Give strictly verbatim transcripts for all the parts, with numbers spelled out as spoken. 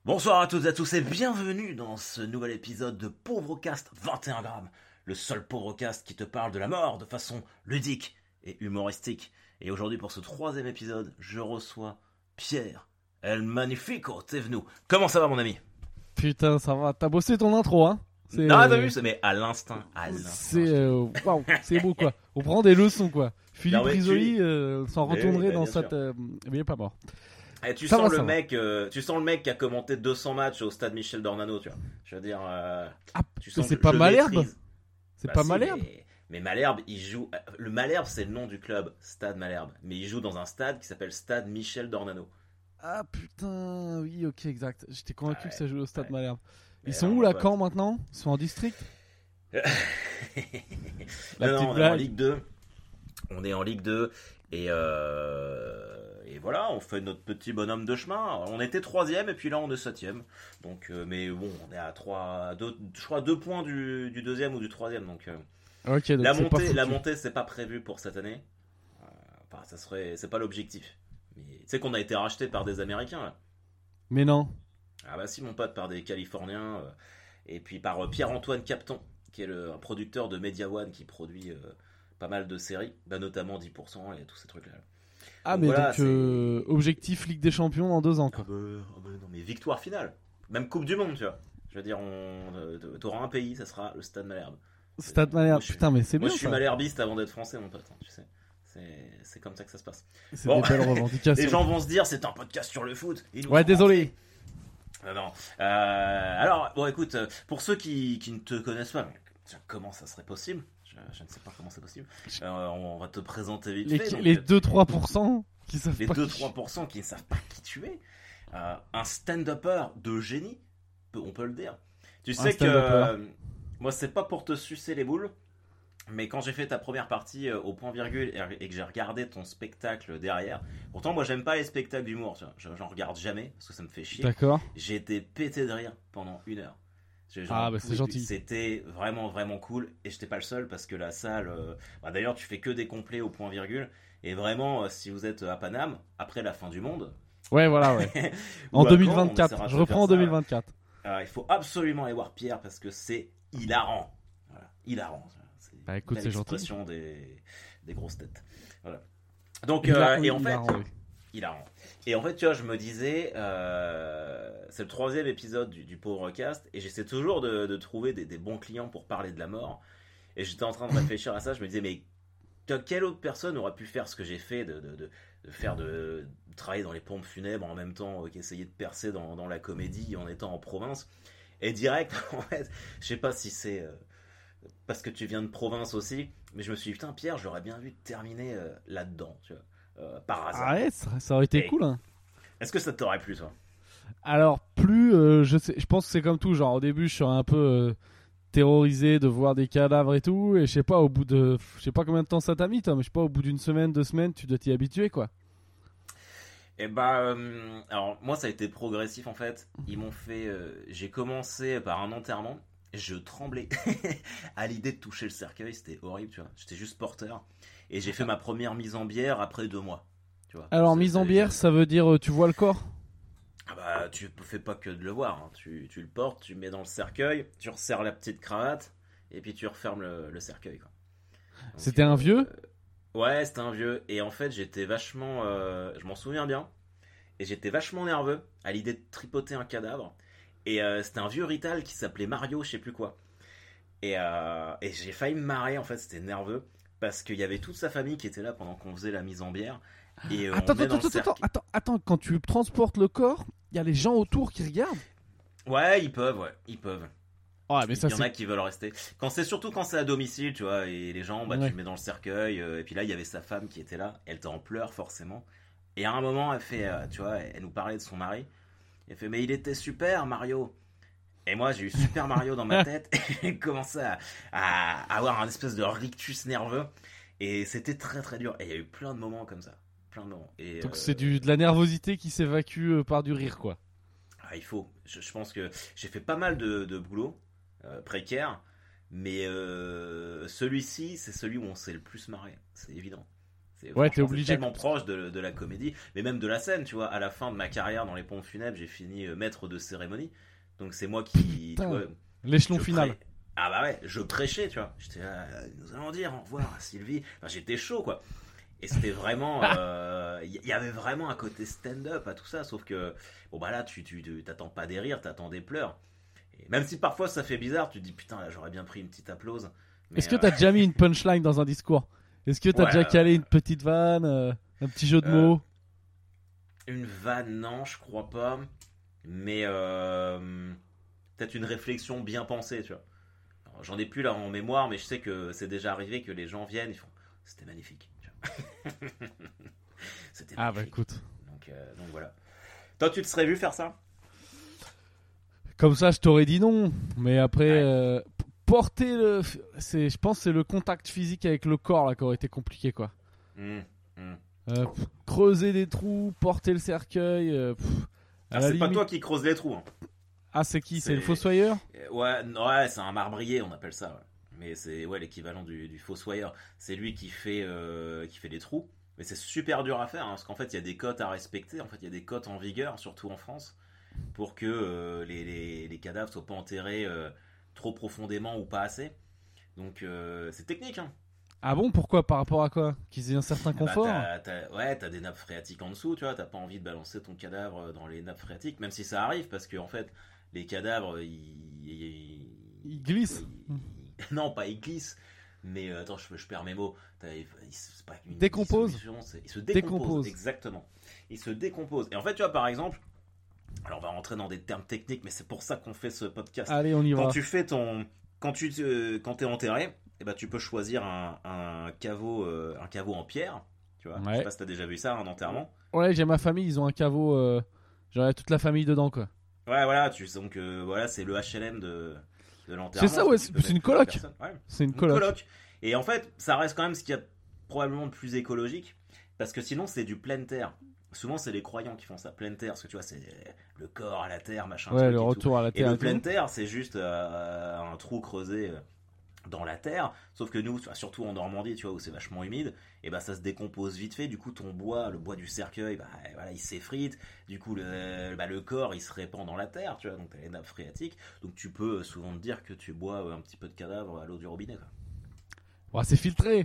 Bonsoir à toutes et à tous et bienvenue dans ce nouvel épisode de Pauvrocast vingt et un grammes, le seul Pauvrocast qui te parle de la mort de façon ludique et humoristique. Et aujourd'hui pour ce troisième épisode, je reçois Pierre El Magnifico Thévenoud. Comment ça va mon ami? Putain, ça va, t'as bossé ton intro, hein? C'est, non, t'as vu, c'est mais à l'instinct, à l'instinct. C'est, euh, waouh, c'est beau quoi. On prend des leçons quoi. Philippe Risoli euh, s'en retournerait mais, dans cette... Euh, mais il est pas mort. Et tu ça sens va, le mec, euh, tu sens le mec qui a commenté deux cents matchs au stade Michel Dornano, tu vois. Je veux dire, euh, ah, tu sens c'est que pas Malherbe. C'est bah pas si, Malherbe. Mais, mais Malherbe, il joue. Le Malherbe, c'est le nom du club, Stade Malherbe. Mais il joue dans un stade qui s'appelle Stade Michel Dornano. Ah putain, oui, ok, exact. J'étais convaincu ah, ouais, que ça jouait au Stade ouais. Malherbe. Ils mais sont où là, Caen maintenant? Ils sont en district. non, non, on est en Ligue deux. On est en Ligue deux et euh... et voilà, on fait notre petit bonhomme de chemin. On était troisième et puis là on est septième. Donc, euh, mais bon, on est à trois, deux, je crois deux points du, du deuxième ou du troisième. Donc, euh, okay, donc la montée, la montée, c'est pas prévu pour cette année. Euh, enfin, ça serait, c'est pas l'objectif. Mais tu sais qu'on a été racheté par des Américains. Là. Mais non. Ah bah si, mon pote, par des Californiens euh, et puis par euh, Pierre-Antoine Capton, qui est le un producteur de Media One qui produit euh, pas mal de séries, bah notamment dix pour cent et tous ces trucs-là. Ah, donc mais voilà, donc euh, objectif Ligue des Champions dans deux ans quoi. Ah bah, ah bah, non mais victoire finale, même Coupe du Monde tu vois. Je veux dire, on, euh, t'auras un pays, ça sera le Stade Malherbe. Stade Malherbe, putain mais c'est moi, bien. Moi je suis ça. Malherbiste avant d'être français mon pote, hein, tu sais. C'est, c'est comme ça que ça se passe. C'est bon. Des belles revendications. Les gens vont se dire c'est un podcast sur le foot. Ouais désolé. Non, non. Euh, alors bon écoute, pour ceux qui, qui ne te connaissent pas, comment ça serait possible? Je, je ne sais pas comment c'est possible. Euh, on va te présenter vite les, fait. Donc, les deux à trois pour cent qui savent les pas. Les deux à trois pour cent qui ne savent pas qui tu es. Euh, un stand-upper de génie, on peut le dire. Tu sais que euh, moi, c'est pas pour te sucer les boules, mais quand j'ai fait ta première partie euh, au point virgule et que j'ai regardé ton spectacle derrière, pourtant moi j'aime pas les spectacles d'humour, tu vois. J'en regarde jamais parce que ça me fait chier. D'accord. J'ai été pété de rire pendant une heure. Ah bah c'est gentil. C'était vraiment vraiment cool et j'étais pas le seul parce que la salle, euh... bah, d'ailleurs tu fais que des complets au point virgule et vraiment euh, si vous êtes à Paname après la fin du monde. Ouais voilà ouais. en deux mille vingt-quatre, je reprends en deux mille vingt-quatre. Alors, il faut absolument aller voir Pierre parce que c'est hilarant. Voilà, hilarant. C'est bah écoute c'est gentil. L'expression des des grosses têtes. Voilà. Donc euh, et en fait. Hilarant, oui. Hilarant. Et en fait, tu vois, je me disais, euh, c'est le troisième épisode du, du Pauvrocast, et j'essaie toujours de, de trouver des, des bons clients pour parler de la mort. Et j'étais en train de réfléchir à ça, je me disais, mais quelle autre personne aurait pu faire ce que j'ai fait, de, de, de, de faire de, de travailler dans les pompes funèbres en même temps euh, qu'essayer de percer dans, dans la comédie en étant en province. Et direct, en fait, je sais pas si c'est euh, parce que tu viens de province aussi, mais je me suis dit, putain, Pierre, j'aurais bien vu terminer euh, là-dedans, tu vois. Euh, par hasard. Ah ouais, ça, ça aurait été et cool. Hein. Est-ce que ça t'aurait plu, toi? Alors, plus, euh, je, sais, je pense que c'est comme tout. Genre, au début, je serais un peu euh, terrorisé de voir des cadavres et tout. Et je sais pas, au bout de. Je sais pas combien de temps ça t'a mis, toi, mais je sais pas, au bout d'une semaine, deux semaines, tu dois t'y habituer, quoi. Et bah. Euh, alors, moi, ça a été progressif, en fait. Ils m'ont fait. Euh, j'ai commencé par un enterrement. Je tremblais à l'idée de toucher le cercueil. C'était horrible, tu vois. J'étais juste porteur. Et j'ai fait ma première mise en bière après deux mois. Tu vois. Alors, mise en bière, ça veut dire euh, tu vois le corps? Ah bah, tu fais pas que de le voir. Hein. Tu, tu le portes, tu le mets dans le cercueil, tu resserres la petite cravate, et puis tu refermes le, le cercueil. Quoi. Donc, c'était un euh, vieux? euh, Ouais, c'était un vieux. Et en fait, j'étais vachement. Euh, je m'en souviens bien. Et j'étais vachement nerveux à l'idée de tripoter un cadavre. Et euh, c'était un vieux rital qui s'appelait Mario, je sais plus quoi. Et, euh, et j'ai failli me marrer, en fait, c'était nerveux. Parce qu'il y avait toute sa famille qui était là pendant qu'on faisait la mise en bière. Et euh, attends, on attends, attends, cercle... attends, attends, attends, quand tu transportes le corps, il y a les gens autour qui regardent? Ouais, ils peuvent, ouais, ils peuvent. Ouais, mais ça, il y en a qui veulent rester. Quand c'est surtout quand c'est à domicile, tu vois, et les gens, bah, ouais. tu le mets dans le cercueil. Euh, et puis là, il y avait sa femme qui était là. Elle était en pleurs, forcément. Et à un moment, elle fait, euh, tu vois, elle nous parlait de son mari. Elle fait, mais il était super, Mario. Et moi, j'ai eu Super Mario dans ma tête. Et j'ai commencé à, à avoir un espèce de rictus nerveux. Et c'était très, très dur. Et il y a eu plein de moments comme ça. Plein de moments. Et, donc euh... c'est du, de la nervosité qui s'évacue euh, par du rire, quoi. Ah, il faut. Je, je pense que j'ai fait pas mal de, de boulot euh, précaire, mais euh, celui-ci, c'est celui où on s'est le plus marré. C'est évident. C'est, Ouais, t'es c'est obligé. tellement proche de, de la comédie, mais même de la scène, tu vois. À la fin de ma carrière dans les pompes funèbres, j'ai fini euh, maître de cérémonie. Donc c'est moi qui, tu Putain, vois, l'échelon je final. pré- Ah bah ouais, je prêchais, tu vois. J'étais là, euh, nous allons dire au revoir à Sylvie. Enfin, j'étais chaud, quoi. Et c'était vraiment, il euh, y, y avait vraiment un côté stand-up à tout ça, sauf que bon bah là, tu, tu, tu t'attends pas des rires, t'attends des pleurs. Et même si parfois ça fait bizarre, tu te dis putain là j'aurais bien pris une petite applause. Mais Est-ce que euh, t'as déjà mis une punchline dans un discours? Est-ce que t'as ouais, déjà calé euh, une petite vanne, euh, un petit jeu de euh, mots? une vanne non, je crois pas. Mais euh, peut-être une réflexion bien pensée, tu vois. Alors, j'en ai plus là en mémoire, mais je sais que c'est déjà arrivé que les gens viennent, ils font c'était magnifique. Tu vois. C'était Ah bah magnifique. écoute. Donc, euh, donc voilà. Toi, tu te serais vu faire ça? Comme ça, je t'aurais dit non. Mais après, Ouais. euh, p- porter le. C'est, je pense que c'est le contact physique avec le corps là qui aurait été compliqué quoi. Mmh, mmh. Euh, pff, creuser des trous, porter le cercueil. euh, pff, à Ah, la c'est pas limite- toi qui creuse les trous. Hein. Ah, c'est qui? C'est le C'est- fossoyeur? Euh, Ouais, n- ouais, c'est un marbrier, on appelle ça. Ouais. Mais c'est ouais, l'équivalent du, du fossoyeur. C'est lui qui fait, euh, qui fait les trous. Mais c'est super dur à faire, hein, parce qu'en fait, il y a des cotes à respecter. En fait, il y a des cotes en vigueur, surtout en France, pour que euh, les, les, les cadavres soient pas enterrés euh, trop profondément ou pas assez. Donc, euh, c'est technique. Hein. Ah bon, pourquoi? Par rapport à quoi? Qu'ils aient un certain Bah, confort? t'as, t'as- ouais, t'as des nappes phréatiques en dessous, tu vois. T'as pas envie de balancer ton cadavre dans les nappes phréatiques, même si ça arrive, parce que en fait, les cadavres, ils. ils- Il glisse. ils- ils- non, pas ils glissent, mais euh, attends, je, je perds mes mots. T'as- ils- c'est pas une Décompose. dissolution, c'est- Ils se décomposent, Décompose. exactement. Ils se décomposent. Et en fait, tu vois, par exemple, alors on va rentrer dans des termes techniques, mais c'est pour ça qu'on fait ce podcast. Allez, on y Quand va. tu fais ton, quand tu, euh, quand t'es enterré, eh ben tu peux choisir un, un caveau, euh, un caveau en pierre. Tu vois. Ouais. Je sais pas si t'as déjà vu ça, un enterrement. Ouais, j'ai ma famille, ils ont un caveau. Euh... J'aurais toute la famille dedans quoi. Ouais, voilà. Tu donc euh, voilà, c'est le H L M de, de l'enterrement. C'est ça, ouais, Tu c'est- peux c'est une mettre plusieurs coloc. personnes. Ouais. C'est une Une coloc. coloc. Et en fait, ça reste quand même ce qu'il y a probablement de plus écologique, parce que sinon c'est du plein terre. Souvent, c'est les croyants qui font ça, plein terre, parce que tu vois, c'est le corps à la terre, machin. Ouais, truc le et tout. retour à la Et terre. le et plein tout. terre, c'est juste euh, un trou creusé euh, dans la terre. Sauf que nous, surtout en Normandie, tu vois, où c'est vachement humide, et ben ça se décompose vite fait. Du coup, ton bois, le bois du cercueil, bah, voilà, il s'effrite. Du coup, le, bah, le corps, il se répand dans la terre, tu vois. Donc, t'as les nappes phréatiques. Donc, tu peux souvent te dire que tu bois euh, un petit peu de cadavre à l'eau du robinet, quoi. Ouais, c'est filtré.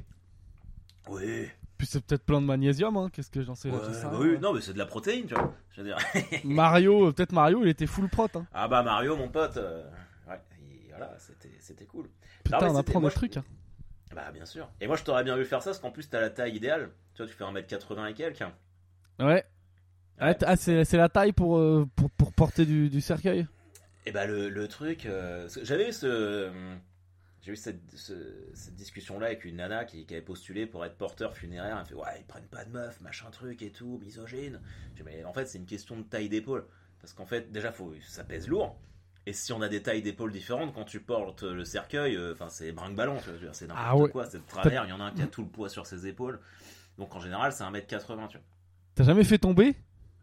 Oui, Puis c'est peut-être plein de magnésium, hein. Qu'est-ce que j'en sais? ouais, j'en sais bah rien. oui, non, mais c'est de la protéine, tu vois. Je veux dire. Mario, euh, peut-être Mario, il était full prot. Hein. Ah bah Mario, mon pote, euh, ouais, il- voilà, c'était, c'était cool. Putain, Non, mais on c'était- apprend moi, des je- trucs. Hein. Bah bien sûr. Et moi je t'aurais bien vu faire ça, parce qu'en plus t'as la taille idéale. Tu vois, tu fais un mètre quatre-vingts et quelques. hein. Ouais. Ah, t- ah, c'est c'est la taille pour, euh, pour, pour porter du, du cercueil? Et bah le, le truc, euh, j'avais eu ce... J'ai eu cette, ce- cette discussion-là avec une nana qui, qui avait postulé pour être porteur funéraire. Elle me fait ouais, ils prennent pas de meufs, machin truc et tout, misogyne. J'ai dit, mais en fait, c'est une question de taille d'épaule. Parce qu'en fait, déjà, faut, ça pèse lourd. Et si on a des tailles d'épaule différentes, quand tu portes le cercueil, enfin, c'est brinque-ballon, tu vois, je veux dire, c'est n'importe Ah ouais. quoi, c'est de travers. Il y en a un qui a tout le poids sur ses épaules. Donc en général, c'est un mètre quatre-vingts, tu vois. T'as jamais fait tomber?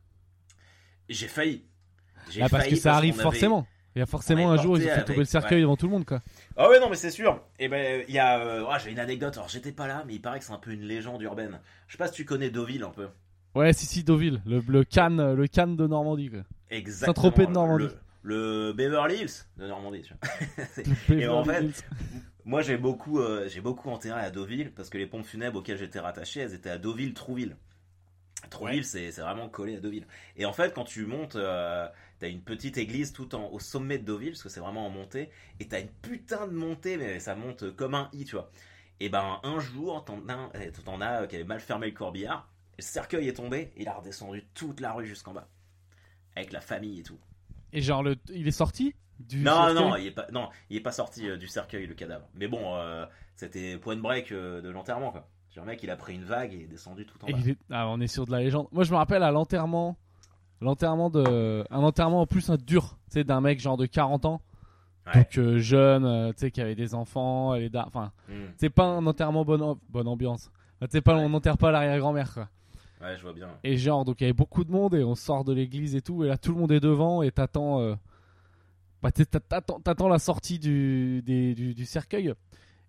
J'ai failli. J'ai Ah, parce failli que ça arrive qu'on avait- forcément. Il y a forcément on un avait jour, ils ont porté fait avec- tomber le cercueil ouais. devant tout le monde, quoi. Ah ouais, non, mais c'est sûr. Et ben, il y a. euh, oh, j'ai une anecdote. Alors, j'étais pas là, mais il paraît que c'est un peu une légende urbaine. Je sais pas si tu connais Deauville un peu. Ouais, si, si, Deauville. Le, le Cannes, le Cannes de Normandie, quoi. Exactement. Saint-Tropez de Normandie. Le, le Beverly Hills de Normandie, tu vois. Et en fait, moi, j'ai beaucoup, euh, j'ai beaucoup enterré à Deauville parce que les pompes funèbres auxquelles j'étais rattaché, elles étaient à Deauville-Trouville. Trouville, Ouais. c'est, c'est vraiment collé à Deauville. Et en fait, quand tu montes, euh, t'as une petite église tout en, au sommet de Deauville, parce que c'est vraiment en montée, et t'as une putain de montée, mais ça monte comme un i, tu vois. Et ben, un jour, t'en as, eh, t'en as qui avait mal fermé le corbillard, le cercueil est tombé, et il a redescendu toute la rue jusqu'en bas. Avec la famille et tout. Et genre, le... il est sorti du Non, cercueil? non, il est pas, non, il est pas sorti euh, du cercueil, le cadavre. Mais bon, euh, c'était point break euh, de l'enterrement, quoi. Genre, le mec, il a pris une vague et est descendu tout en Et bas. il est- ah, on est sur de la légende. Moi, je me rappelle à l'enterrement. L'enterrement de. Un enterrement en plus un dur. Tu sais, d'un mec genre de quarante ans. Ouais. Donc euh, jeune, euh, tu sais, qui avait des enfants. Et des... Enfin, Hmm. c'est pas un enterrement bonne, am- bonne ambiance. Enfin, tu sais, pas, Ouais. on n'enterre pas l'arrière-grand-mère, quoi. Ouais, je vois bien. Et genre, donc il y avait beaucoup de monde et on sort de l'église et tout. Et là, tout le monde est devant et t'attends. Euh... Bah, t'es- t'attends, t'attends la sortie du, des- du, du cercueil.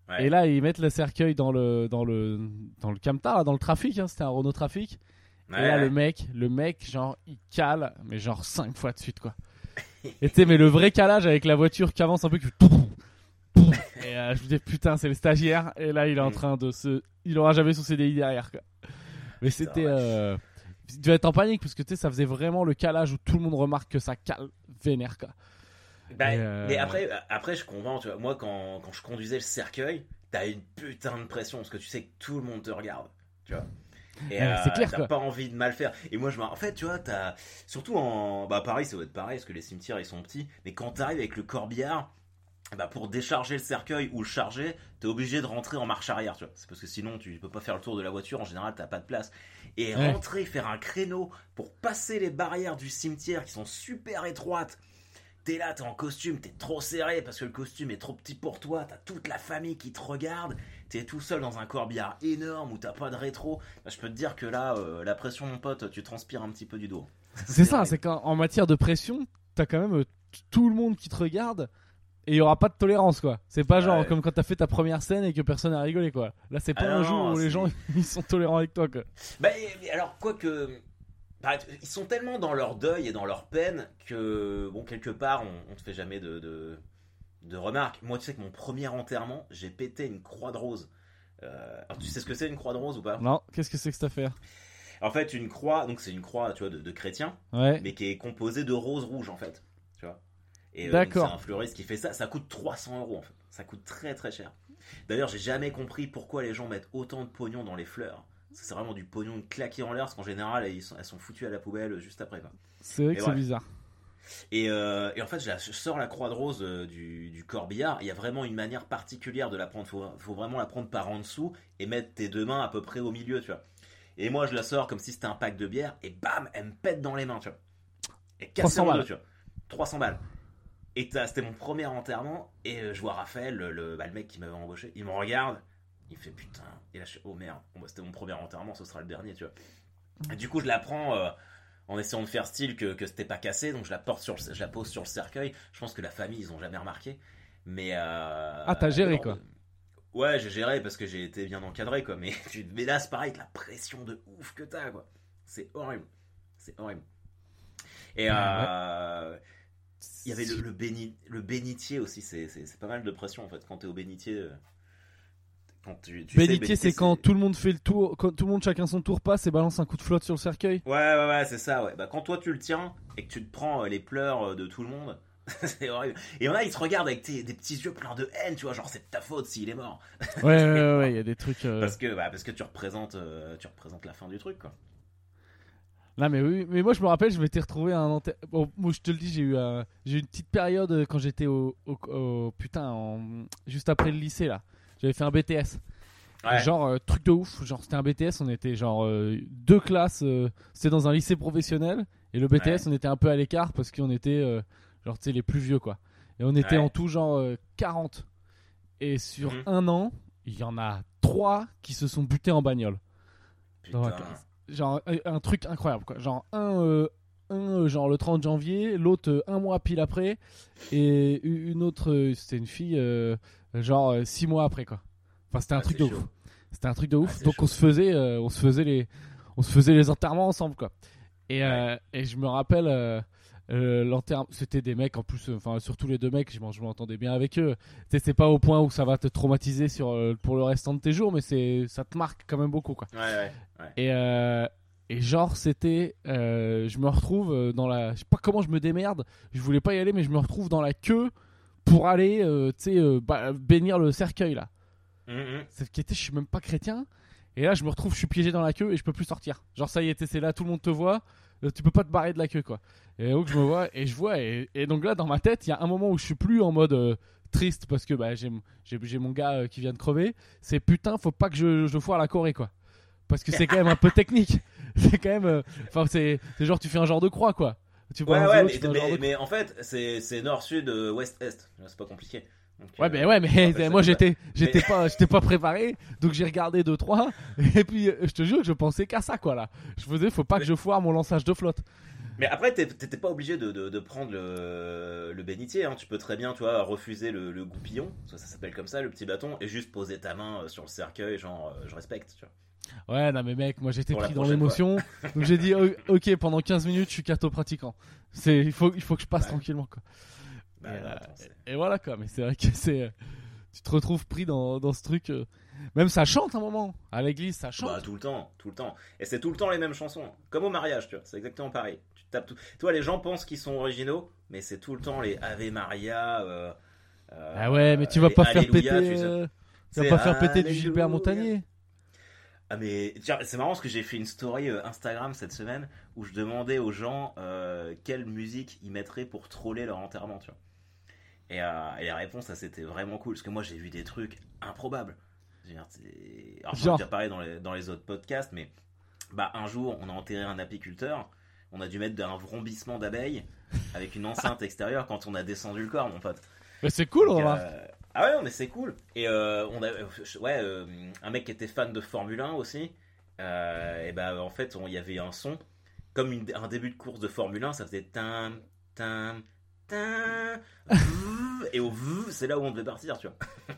Ouais. Et là, ils mettent le cercueil dans le, dans le, dans le camtar, là, dans le trafic. Hein, c'était un Renault Trafic. Ouais, et là, ouais. le mec, le mec, genre, il cale, mais genre cinq fois de suite, quoi. Et tu sais, mais le vrai calage avec la voiture qui avance un peu, qui fait poum, poum. Et euh, je me dis, putain, c'est le stagiaire. Et là, il est en train de se. Il aura jamais son C D I derrière, quoi. Mais Putain, c'était. ouais. Euh... Tu devais être en panique, parce que tu sais, ça faisait vraiment le calage où tout le monde remarque que ça cale vénère, quoi. Bah, Et euh... Mais après, après, je comprends, tu vois. Moi, quand, quand je conduisais le cercueil, t'as une putain de pression parce que tu sais que tout le monde te regarde, tu vois. Et Ouais, euh, c'est clair, t'as quoi. pas envie de mal faire. Et moi, je m'en- en fait, tu vois, t'as surtout en bah Paris, ça va être pareil parce que les cimetières ils sont petits. Mais quand t'arrives avec le corbillard, bah pour décharger le cercueil ou le charger, t'es obligé de rentrer en marche arrière, tu vois. C'est parce que sinon tu peux pas faire le tour de la voiture. En général, t'as pas de place. Et Ouais. rentrer, faire un créneau pour passer les barrières du cimetière qui sont super étroites. T'es là, t'es en costume, t'es trop serré parce que le costume est trop petit pour toi, t'as toute la famille qui te regarde, t'es tout seul dans un corbillard énorme où t'as pas de rétro. Bah, je peux te dire que là, euh, la pression, mon pote, tu transpires un petit peu du dos. C'est ça, vrai. c'est qu'en en matière de pression, t'as quand même euh, t- tout le monde qui te regarde et il y aura pas de tolérance, quoi. C'est pas genre Ouais. comme quand t'as fait ta première scène et que personne n'a rigolé, quoi. Là, c'est pas Ah un non, jour non, où les c'est- gens ils sont tolérants avec toi, quoi. Bah, et- et alors, quoi que. bah, ils sont tellement dans leur deuil et dans leur peine que, bon, quelque part, on, on te fait jamais de, de, de remarques. Moi, tu sais que mon premier enterrement, j'ai pété une croix de rose. Euh, alors, tu sais ce que c'est une croix de rose ou pas? Non, qu'est-ce que c'est que cette affaire? En fait, une croix, donc c'est une croix, tu vois, de, de chrétien, Ouais. mais qui est composée de roses rouges, en fait. Tu vois. Et euh, D'accord. donc, c'est un fleuriste qui fait ça. Ça coûte trois cents euros, en fait. Ça coûte très très cher. D'ailleurs, j'ai jamais compris pourquoi les gens mettent autant de pognon dans les fleurs. C'est vraiment du pognon claqué en l'air, parce qu'en général, elles sont, elles sont foutues à la poubelle juste après, quoi. C'est vrai Et que ouais. c'est bizarre. Et, euh, et en fait, je, la- je sors la croix de rose euh, du, du corbillard. Il y a vraiment une manière particulière de la prendre. Faut, faut vraiment la prendre par en dessous et mettre tes deux mains à peu près au milieu, tu vois. Et moi, je la sors comme si c'était un pack de bière et bam, elle me pète dans les mains, tu vois. Et casse trois cents en deux, balles. tu vois. trois cents balles. Et t'as- c'était mon premier enterrement. Et euh, je vois Raphaël, le, le, bah, le mec qui m'avait embauché. Il me regarde. Il fait putain. Et là, je fais oh merde. Bon, bah, c'était mon premier enterrement, ce sera le dernier, tu vois. Et du coup, je la prends. Euh, en essayant de faire style que, que c'était pas cassé, donc je la porte sur le, je la pose sur le cercueil. Je pense que la famille ils ont jamais remarqué, mais euh, Ah, t'as géré, non, quoi. euh, ouais, j'ai géré parce que j'ai été bien encadré, quoi. Mais, tu- mais là c'est pareil, la pression de ouf que t'as, quoi. C'est horrible, c'est horrible. Et euh, il y avait le, le, béni, le bénitier aussi, c'est, c'est, c'est pas mal de pression en fait quand t'es au bénitier. euh, Quand tu, tu sais, Bénitier, c'est quand tout le monde fait le tour, quand tout le monde chacun son tour passe et balance un coup de flotte sur le cercueil. Ouais, ouais, ouais, c'est ça, ouais. Bah, quand toi tu le tiens et que tu te prends euh, les pleurs euh, de tout le monde, c'est horrible. Et il y en a, ils te regardent avec tes, des petits yeux pleins de haine, tu vois, genre c'est de ta faute s'il est mort. Ouais, ouais, ouais, ouais, il y a des trucs. euh, Parce que, bah, parce que tu représentes, euh, tu représentes la fin du truc, quoi. Non mais oui, mais moi je me rappelle, je m'étais retrouvé à un enter... bon, moi je te le dis, j'ai eu, euh, j'ai eu une petite période euh, quand j'étais au, au, au- putain, en- juste après le lycée là. J'avais fait un B T S. Ouais. Genre euh, truc de ouf, genre c'était un B T S, on était genre euh, deux classes, euh, c'était dans un lycée professionnel et le B T S Ouais. on était un peu à l'écart parce qu'on était euh, genre tu sais les plus vieux quoi. Et on était Ouais. en tout genre euh, quarante. Et sur Mhm. un an, il y en a trois qui se sont butés en bagnole. Putain. Dans la classe. Genre un, un truc incroyable quoi. Genre un, euh, un euh, genre le trente janvier, l'autre euh, un mois pile après et u- une autre euh, c'était une fille euh, genre euh, six mois après quoi. Enfin c'était un Ah, truc c'est de chaud. ouf. C'était un truc de ouf. Ah, c'est Donc chaud. on se faisait euh, on se faisait les on se faisait les enterrements ensemble quoi. Et Ouais. euh, et je me rappelle euh, euh, l'enterrement, c'était des mecs en plus, euh, enfin surtout les deux mecs, je m'en- je m'entendais bien avec eux. Tu sais, c'est pas au point où ça va te traumatiser sur euh, pour le restant de tes jours, mais c'est ça te marque quand même beaucoup quoi. Ouais, ouais, ouais. Et, euh, et genre, c'était. euh, je me retrouve euh, dans la. Je sais pas comment je me démerde. Je voulais pas y aller, mais je me retrouve dans la queue pour aller, euh, tu sais, euh, bah, bénir le cercueil là. Mhm. C'est qui était, je suis même pas chrétien. Et là, je me retrouve, je suis piégé dans la queue et je peux plus sortir. Genre, ça y est, c'est là, tout le monde te voit. euh, Tu peux pas te barrer de la queue quoi. Et donc, je me vois et je vois. Et, et donc là, dans ma tête, il y a un moment où je suis plus en mode. euh, triste parce que bah, j'ai, j'ai, j'ai mon gars euh, qui vient de crever. C'est putain, faut pas que je, je foire la Corée quoi. Parce que c'est quand même un peu technique. C'est quand même. Enfin, euh, c'est, c'est genre tu fais un genre de croix quoi. Tu Ouais, balances ouais, de l'eau, mais, tu fais un genre mais, de- mais en fait, c'est, c'est nord-sud, euh, ouest-est. C'est pas compliqué. Donc, Ouais, euh, mais ouais, on mais appelle ça moi comme ça. j'étais, j'étais pas, j'étais pas préparé, donc j'ai regardé deux trois, et puis euh, je te jure que je pensais qu'à ça quoi là. Je faisais, faut pas que je foire mon lançage de flotte. Mais après, t'es- t'étais pas obligé de, de, de prendre le, le bénitier. Hein. Tu peux très bien, tu vois, refuser le, le goupillon, ça, ça s'appelle comme ça, le petit bâton, et juste poser ta main euh, sur le cercueil, genre, euh, je respecte, tu vois. Ouais, non, mais mec, moi j'étais Pour la pris dans prochaine fois. l'émotion. Donc j'ai dit, oh, ok, pendant quinze minutes, je suis catho-pratiquant. C'est, il, faut, il faut que je passe Ouais. tranquillement, quoi. Bah, et, non, euh, attends, c'est- et voilà, quoi. Mais c'est vrai que c'est. euh, Tu te retrouves pris dans, dans ce truc. euh, Même ça chante un moment. À l'église, ça chante. Bah, tout le temps, tout le temps. Et c'est tout le temps les mêmes chansons. Comme au mariage, tu vois, c'est exactement pareil. Tu tapes tout. Tu vois, les gens pensent qu'ils sont originaux, mais c'est tout le temps les Ave Maria. Euh, euh, Ah ouais, mais tu vas les pas faire Alléluia, péter. tu sais. euh, Tu vas C'est pas faire péter du Alléluia. Gilbert Montagnier. Ah mais tiens, c'est marrant parce que j'ai fait une story euh, Instagram cette semaine où je demandais aux gens euh, quelle musique ils mettraient pour troller leur enterrement, tu vois. Et, euh, et la réponse, ça c'était vraiment cool parce que moi j'ai vu des trucs improbables. Je veux dire, c'est- Alors, j'en ai Genre. déjà parlé dans les, dans les autres podcasts, mais bah, un jour on a enterré un apiculteur, on a dû mettre un vrombissement d'abeilles avec une enceinte extérieure quand on a descendu le corps, mon pote. Mais c'est cool, on Donc, va. euh, Ah ouais, non, mais c'est cool. Et euh, on a, euh, ouais, euh, un mec qui était fan de Formule un aussi. Euh, et bah en fait, on- il y avait un son comme une- un début de course de Formule un, ça faisait tam tam tam. vrrr, Et au vrrr, c'est là où on devait partir, tu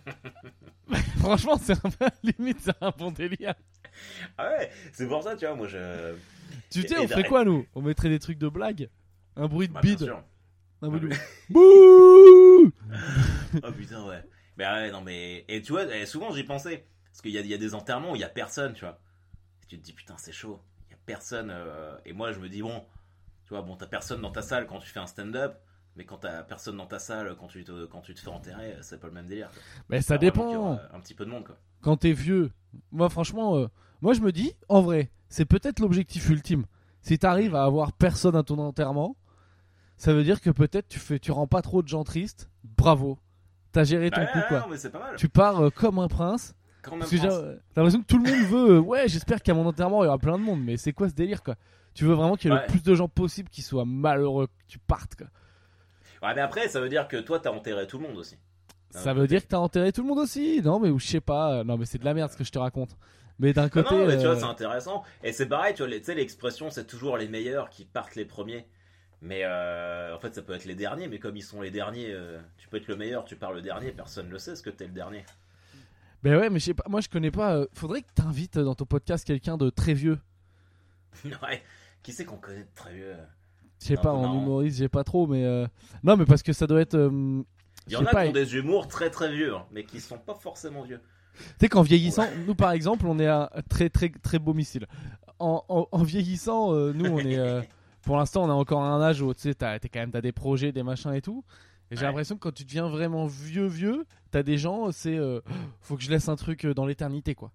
vois. Franchement, c'est un peu limite, c'est un bon délire. Ah ouais, c'est pour ça, tu vois, moi je. Tu Et- sais, et on ferait derrière- quoi, nous? On mettrait des trucs de blague. Un bruit de Bah, bien bide. sûr. Un bruit de Ah, bouh. Oh putain, ouais. Mais ouais, non, mais. Et tu vois, et souvent j'y pensais. Parce qu'il y a, il y a des enterrements où il y a personne, tu vois. Et tu te dis, putain, c'est chaud. Il y a personne. euh, Et moi, je me dis, bon, tu vois, bon, t'as personne dans ta salle quand tu fais un stand-up. Mais quand t'as personne dans ta salle, quand tu te, quand tu te fais enterrer, c'est pas le même délire. Quoi. Mais ça Faut vraiment qu'il y dépend. aura un petit peu de monde, quoi. Quand t'es vieux, moi franchement, euh, moi je me dis, en vrai, c'est peut-être l'objectif ultime. Si t'arrives à avoir personne à ton enterrement, ça veut dire que peut-être tu fais, tu rends pas trop de gens tristes. Bravo, t'as géré ton Bah, coup, ouais, quoi. non, mais c'est pas mal. Tu pars euh, comme un prince. Quand même Parce que j'ai France. euh, t'as l'impression que tout le monde veut. euh, ouais, j'espère qu'à mon enterrement il y aura plein de monde. Mais c'est quoi ce délire, quoi? Tu veux vraiment qu'il y ait Ouais. le plus de gens possible qui soient malheureux, que tu partes, quoi. Ouais, mais après, ça veut dire que toi, t'as enterré tout le monde aussi. Ça veut dire que t'as enterré tout le monde aussi? Non, mais ou je sais pas. Non, mais c'est de la merde ce que je te raconte. Mais d'un Non, côté, non, mais tu vois, euh, c'est intéressant. Et c'est pareil, tu vois, les- tu sais, l'expression, c'est toujours les meilleurs qui partent les premiers. Mais euh, en fait, ça peut être les derniers, mais comme ils sont les derniers, euh, tu peux être le meilleur, tu pars le dernier, personne ne le sait, ce que t'es le dernier. ben ouais, mais je sais pas. Moi, je connais pas. euh, Faudrait que t'invites dans ton podcast quelqu'un de très vieux. Ouais, qui c'est qu'on connaît de très vieux? Je sais Un pas, peu en marrant. humoriste, j'ai pas trop, mais euh, non, mais parce que ça doit être. euh, Il y je en sais a pas, qui ont des humours très très vieux, hein, mais qui sont pas forcément vieux. Tu sais qu'en vieillissant, nous par exemple, on est à un très très très beau missile. En, en, en vieillissant, euh, nous on est, euh, pour l'instant, on a encore un âge où tu sais, t'as, t'es quand même, t'as des projets, des machins et tout. Et j'ai Ouais. l'impression que quand tu deviens vraiment vieux vieux, t'as des gens, c'est, euh, faut que je laisse un truc euh, dans l'éternité, quoi.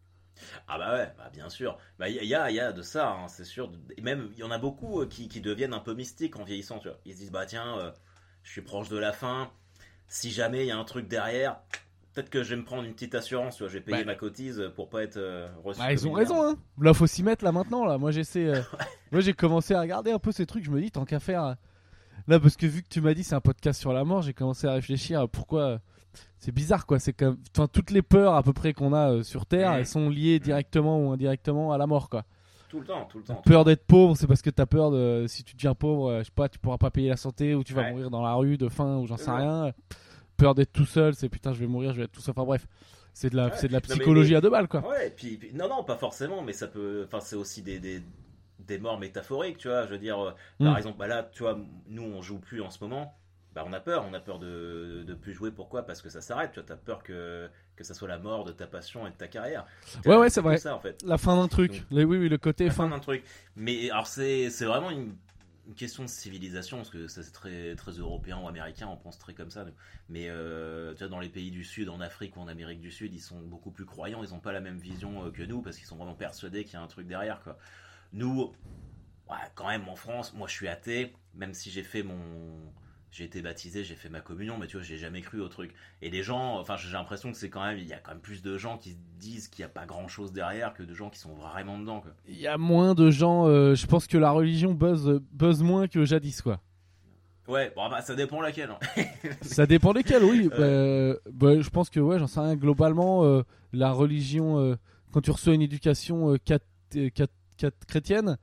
Ah bah ouais, bah bien sûr. Bah il y, a- il y a de ça, hein, c'est sûr. Et même, il y en a beaucoup euh, qui, qui deviennent un peu mystiques en vieillissant, tu vois. Ils se disent, bah tiens, euh, je suis proche de la fin. Si jamais il y a un truc derrière, peut-être que je vais me prendre une petite assurance, tu vois. Je vais payer Ouais. ma cotise pour pas être euh, reçu. Bah, ils comme ont une raison, merde. hein. Là, faut s'y mettre là maintenant, là. Moi, j'essaie. euh, Moi, j'ai commencé à regarder un peu ces trucs. Je me dis, tant qu'à faire. euh, Là, parce que vu que tu m'as dit c'est un podcast sur la mort, j'ai commencé à réfléchir à pourquoi. euh, C'est bizarre, quoi. C'est comme, enfin, toutes les peurs à peu près qu'on a euh, sur Terre, Mhm. elles sont liées directement ou indirectement à la mort, quoi. Tout le temps, tout le temps. Peur d'être pauvre, c'est parce que t'as peur de si tu deviens pauvre, euh, je sais pas, tu pourras pas payer la santé ou tu vas Ouais. mourir dans la rue de faim ou j'en sais Ouais. rien. Peur d'être tout seul, c'est putain, je vais mourir, je vais être tout seul. Enfin bref, c'est de la, Ouais. c'est de la Non, mais- psychologie mais- à deux balles, quoi. Ouais, et puis, puis- non, non, pas forcément, mais ça peut. Enfin, c'est aussi des, des, des morts métaphoriques, tu vois. Je veux dire, euh, par Mm. exemple, bah là, tu vois, nous, on joue plus en ce moment. Bah, on a peur, on a peur de, de plus jouer. Pourquoi? Parce que ça s'arrête, tu vois. T'as peur que, que ça soit la mort de ta passion et de ta carrière. Ouais, ouais, c'est tout vrai. ça, en fait. La fin d'un truc. Donc, Les- oui, oui, le côté La fin. fin d'un truc. Mais alors, c'est c'est vraiment une, une question de civilisation, parce que ça, c'est très, très européen ou américain, on pense très comme ça. nous. Mais euh, tu vois, dans les pays du Sud, en Afrique ou en Amérique du Sud, ils sont beaucoup plus croyants, ils n'ont pas la même vision euh, que nous, parce qu'ils sont vraiment persuadés qu'il y a un truc derrière, quoi. Nous, ouais, quand même, en France, moi je suis athée, même si j'ai fait mon. J'ai été baptisé, j'ai fait ma communion, mais tu vois, j'ai jamais cru au truc. Et les gens, enfin, j'ai l'impression que c'est quand même, il y a quand même plus de gens qui se disent qu'il n'y a pas grand chose derrière que de gens qui sont vraiment dedans, quoi. Il y a moins de gens. euh, je pense que la religion buzz, buzz moins que jadis, quoi. Ouais, bon, bah, ça dépend laquelle. Hein. Ça dépend desquels, oui. Bah, bah, je pense que, ouais, j'en sais rien. Globalement, euh, la religion, euh, quand tu reçois une éducation euh, cat- euh, cat- cat- chrétienne,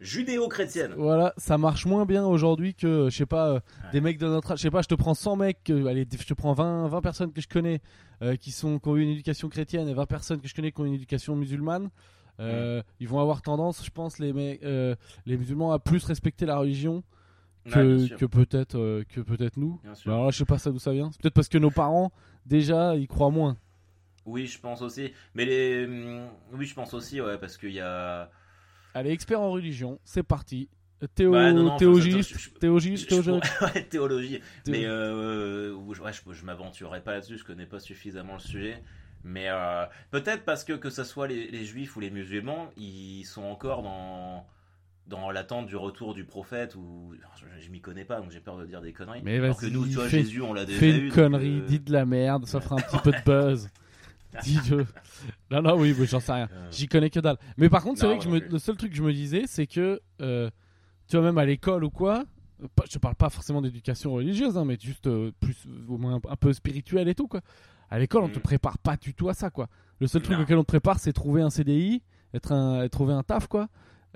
judéo-chrétienne. Voilà, ça marche moins bien aujourd'hui que, je sais pas, euh, Ouais. des mecs de notre âge. Je sais pas, je te prends cent mecs, euh, allez, je te prends vingt, vingt personnes que je connais euh, qui, sont, qui ont eu une éducation chrétienne et vingt personnes que je connais qui ont une éducation musulmane. Euh, Mm. Ils vont avoir tendance, je pense, les, mecs, euh, les musulmans à plus respecter la religion que, Ouais, bien sûr. que peut-être euh, que peut-être nous. Bien sûr. Mais alors là, je sais pas ça d'où ça vient. C'est peut-être parce que nos parents, déjà, ils croient moins. Oui, je pense aussi. Mais les. hum, Oui, je pense aussi, ouais, parce qu'il y a. Allez, expert en religion, c'est parti. Théo, Bah, non, non, théologiste, je- je- je- théologiste, Je- je théologiste. pourrais- ouais, théologie. Théo- Mais euh, ouais, je, je m'aventurerai pas là-dessus, je connais pas suffisamment le sujet. Mais euh, peut-être parce que que ce soit les, les juifs ou les musulmans, ils sont encore dans, dans l'attente du retour du prophète. Ou je, je m'y connais pas, donc j'ai peur de dire des conneries. Mais Alors que vas-y, nous, tu vois, fais- Jésus, on l'a déjà Fais eu. une donc, connerie, euh, dis de la merde, ça fera un petit peu de buzz. Dis-le. Non, non, oui, mais j'en sais rien. Euh. J'y connais que dalle. Mais par contre, c'est Non, vrai que je moi me- non plus. le seul truc que je me disais, c'est que, euh, tu vois, même à l'école ou quoi, euh, pas- je te parle pas forcément d'éducation religieuse, hein, mais juste euh, plus, au moins un, un peu spirituelle et tout, quoi. À l'école, on te Mm. prépare pas du tout à ça, quoi. Le seul truc Non. auquel on te prépare, c'est trouver un C D I, être un, trouver un taf, quoi.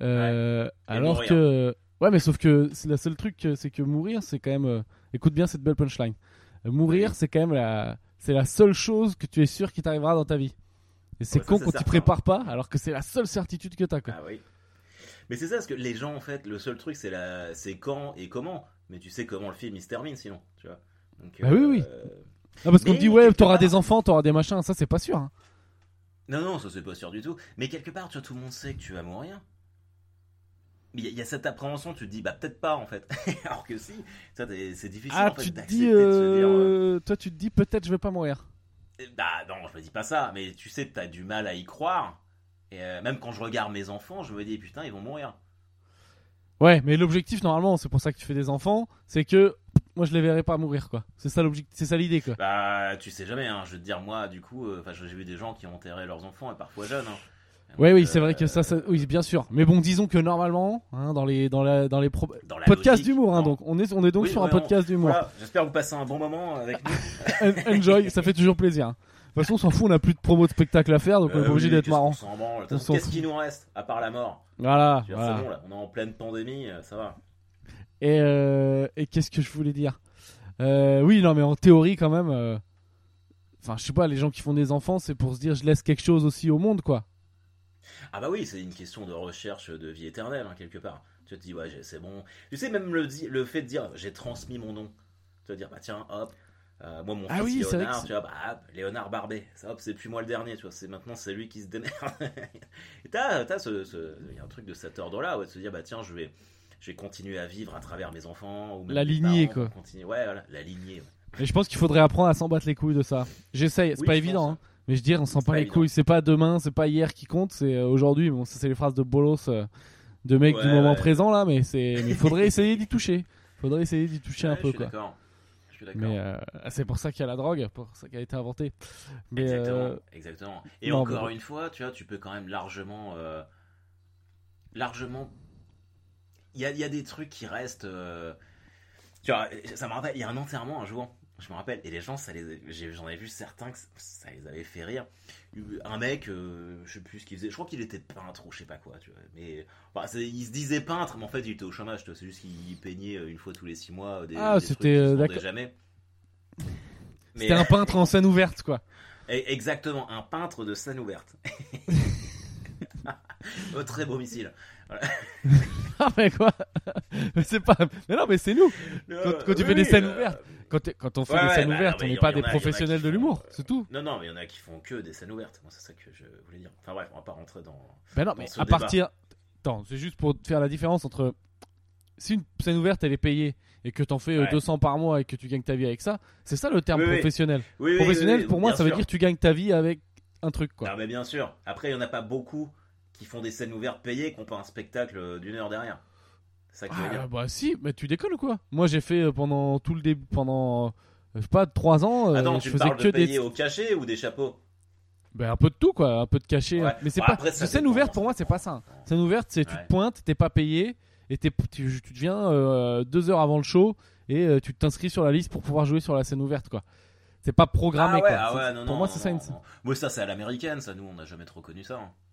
Euh, alors mourir. que. Ouais, mais sauf que c'est le seul truc, euh, c'est que mourir, c'est quand même. euh, Écoute bien cette belle punchline. Euh, Mourir, Oui. c'est quand même la. C'est la seule chose que tu es sûr qui t'arrivera dans ta vie. Et c'est Ouais, ça, con c'est quand tu certain. prépares pas, alors que c'est la seule certitude que t'as, quoi. Ah oui. Mais c'est ça, parce que les gens, en fait, le seul truc, c'est la... c'est quand et comment. Mais tu sais comment le film il se termine, sinon, tu vois. Donc, Bah oui, oui. euh, Ah, parce qu'on Mais te dit, ouais, quelque t'auras part- des enfants, t'auras des machins, ça c'est pas sûr. Hein. Non, non, ça c'est pas sûr du tout. Mais quelque part, tu vois, tout le monde sait que tu vas mourir. Mais il y, a- il y a cette appréhension, tu te dis, bah peut-être pas en fait. Alors que si, ça, t'es- c'est difficile Ah, en fait tu te d'accepter dis, de se dire. euh, euh, toi tu te dis, peut-être je vais pas mourir. Bah non, je me dis pas ça, mais tu sais que t'as du mal à y croire. Et euh, même quand je regarde mes enfants, je me dis, putain, ils vont mourir. Ouais, mais l'objectif normalement, c'est pour ça que tu fais des enfants, c'est que moi je les verrai pas mourir, quoi. C'est ça l'objectif, c'est ça l'idée, quoi. Bah tu sais jamais, hein, je veux te dire, moi du coup, euh, enfin j'ai vu des gens qui ont enterré leurs enfants et parfois jeunes. Hein. Ouais, Donc, oui, c'est euh, vrai que ça, ça, oui, bien sûr. Mais bon, disons que normalement, hein, dans les, dans la, dans les pro- Dans la podcasts logique, d'humour, hein, non. donc on est, on est donc Oui, sur un ouais, on- podcast d'humour. Voilà, j'espère que vous passez un bon moment avec nous. En- Enjoy, ça fait toujours plaisir. hein. De toute façon, on s'en fout, on a plus de promo de spectacle à faire, donc on est Euh, pas obligé oui, d'être qu'est-ce marrant. qu'on s'en branle. De toute On façon, s'en Qu'est-ce fout. qui nous reste à part la mort? Voilà, Je veux dire, voilà. C'est bon là, on est en pleine pandémie, euh, ça va. Et, euh, et qu'est-ce que je voulais dire euh, Oui, non, mais en théorie, quand même. euh, Enfin, je sais pas, les gens qui font des enfants, c'est pour se dire, je laisse quelque chose aussi au monde, quoi. Ah bah oui, c'est une question de recherche de vie éternelle, hein, quelque part. Tu te dis, ouais, j'ai- c'est bon. Tu sais, même le, di- le fait de dire, j'ai transmis mon nom. Tu vas dire, bah tiens, hop, euh, moi mon Ah fils oui, c'est vrai Léonard, que tu vois, bah hop, Léonard Barbet. Ça, hop, c'est plus moi le dernier, tu vois, c'est maintenant c'est lui qui se démerde. Et t'as, t'as ce, ce- il y a un truc de cet ordre-là, ouais, de se dire, bah tiens, je vais, je vais continuer à vivre à travers mes enfants. Ou même La mes lignée, parents vont quoi. continuer. Ouais, voilà, la lignée. ouais. Et je pense qu'il faudrait apprendre à s'en battre les couilles de ça. J'essaye, c'est Oui, pas je évident, pense, hein. Mais je dis, on s'en C'est bat pas les évident. couilles. C'est pas demain, c'est pas hier qui compte, c'est euh, aujourd'hui. Bon, ça, c'est les phrases de bolos, euh, de mecs Ouais, du moment ouais. présent, là, mais c'est, mais il faudrait essayer d'y toucher. Faudrait essayer d'y toucher Ouais, un je peu, suis quoi. d'accord. Je suis d'accord. Mais euh, c'est pour ça qu'il y a la drogue, pour ça qu'elle a été inventée. Mais, Exactement, euh, exactement. Et non, encore mais- une fois, tu vois, tu peux quand même largement, euh, largement. Il y a, il y a des trucs qui restent. euh, Tu vois, ça me rappelle. Il y a un enterrement un jour. Je me rappelle. Et les gens, ça les, j'ai- j'en ai vu certains que ça les avait fait rire. Un mec, euh, je sais plus ce qu'il faisait. Je crois qu'il était peintre ou je sais pas quoi. Tu vois. Mais enfin, c'est- il se disait peintre, mais en fait, il était au chômage. Tu vois. C'est juste qu'il peignait une fois tous les six mois des, Ah, des c'était, trucs qui se euh, vendaient d'accord. jamais. C'était un peintre en scène ouverte, quoi. Et- Exactement, un peintre de scène ouverte. Oh, très beau missile. Ah, mais quoi Mais c'est pas. Mais non, mais c'est nous. Quand, quand tu Oui, fais des scènes euh, ouvertes, quand, t'es- quand on fait ouais, des ouais, scènes bah, ouvertes, non, mais on n'est y pas en a- des y en a professionnels qui de font- l'humour, c'est tout. Non, non, mais il y en a qui font que des scènes ouvertes. Moi, c'est ça que je voulais dire. Enfin bref, on va pas rentrer dans. Ben non, dans mais ce à débat. partir. Attends, c'est juste pour te faire la différence entre. Si une scène ouverte elle est payée et que t'en fais euh, Ouais. deux cents par mois et que tu gagnes ta vie avec ça, c'est ça le terme Oui, oui. professionnel. Oui, oui, Professionnel, oui, oui, pour moi, bien ça veut sûr. dire que tu gagnes ta vie avec un truc, quoi. Non, mais bien sûr. Après, il y en a pas beaucoup qui font des scènes ouvertes payées, qui n'ont pas un spectacle d'une heure derrière. C'est ça que je veux Ah, dire. bah si, mais tu déconnes ou quoi? Moi j'ai fait euh, pendant tout le début, pendant. euh, Je sais pas, trois ans, euh, Attends, je tu me faisais parles que de des. payer au cachet ou des chapeaux? Ben, un peu de tout, quoi, un peu de cachet. Ouais. hein. Mais c'est Ouais, pas. après, ça de scène dépend, ouverte pour ça moi, c'est dépend. pas ça. Scène ouverte, c'est tu Ouais. te pointes, t'es pas payé et t'es, tu, tu deviens euh, deux heures avant le show et euh, tu t'inscris sur la liste pour pouvoir jouer sur la scène ouverte, quoi. C'est pas programmé, Ah ouais, quoi. ah C'est- ouais, non, pour non, moi, non, c'est ça. non, Une... non. Moi, ça, c'est à l'américaine, ça. Nous, on n'a jamais trop connu ça. hein.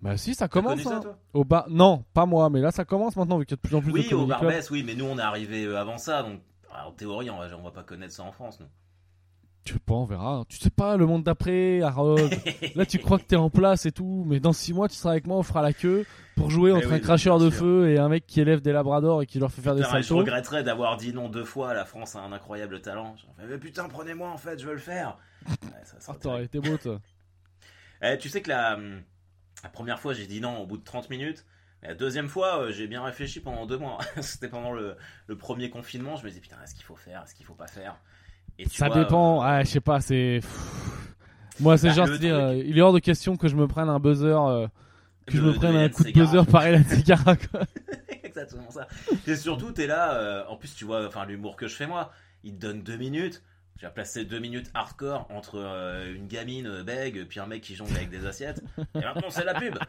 Bah si, ça T'as commence. connu ça, Hein. toi? Au bar, non, pas moi, mais là ça commence maintenant vu qu'il y a de plus en plus de Oui, au comedy clubs. Barbès, oui, mais nous on est arrivé euh, avant ça, donc ah, en théorie on va, on va pas connaître ça en France, nous. Tu sais pas, on verra. Tu sais pas le monde d'après, Harold. Là, tu crois que t'es en place et tout, mais dans six mois, tu seras avec moi, on fera la queue pour jouer Mais entre oui, un cracheur bien de sûr. feu et un mec qui élève des labradors et qui leur fait faire des Putain, je saltos. regretterais d'avoir dit non deux fois. La France a un incroyable talent. J'en fais, mais putain, prenez-moi en fait, je veux le faire. Ouais, ça, ça Ah, t'aurais été beau, toi. Eh, tu sais que la, la première fois, j'ai dit non au bout de trente minutes. Mais la deuxième fois, euh, j'ai bien réfléchi pendant deux mois. C'était pendant le, le premier confinement. Je me disais, putain, est-ce qu'il faut faire, est-ce qu'il faut pas faire? Et tu Ça vois, dépend. euh, Ouais, je sais pas, c'est. Pff. Moi, c'est Bah, genre, le c'est-à-dire, truc- euh, il est hors de question que je me prenne un buzzer. euh, que je de- me de prenne un Hélène coup de Ségara. buzzer par Hélène Ségara, quoi. Exactement ça. Et surtout, t'es là. euh, en plus, tu vois, enfin, l'humour que je fais moi, il te donne deux minutes. J'ai placé deux minutes hardcore entre euh, une gamine euh, bègue puis un mec qui jongle avec des assiettes. Et maintenant, c'est la pub.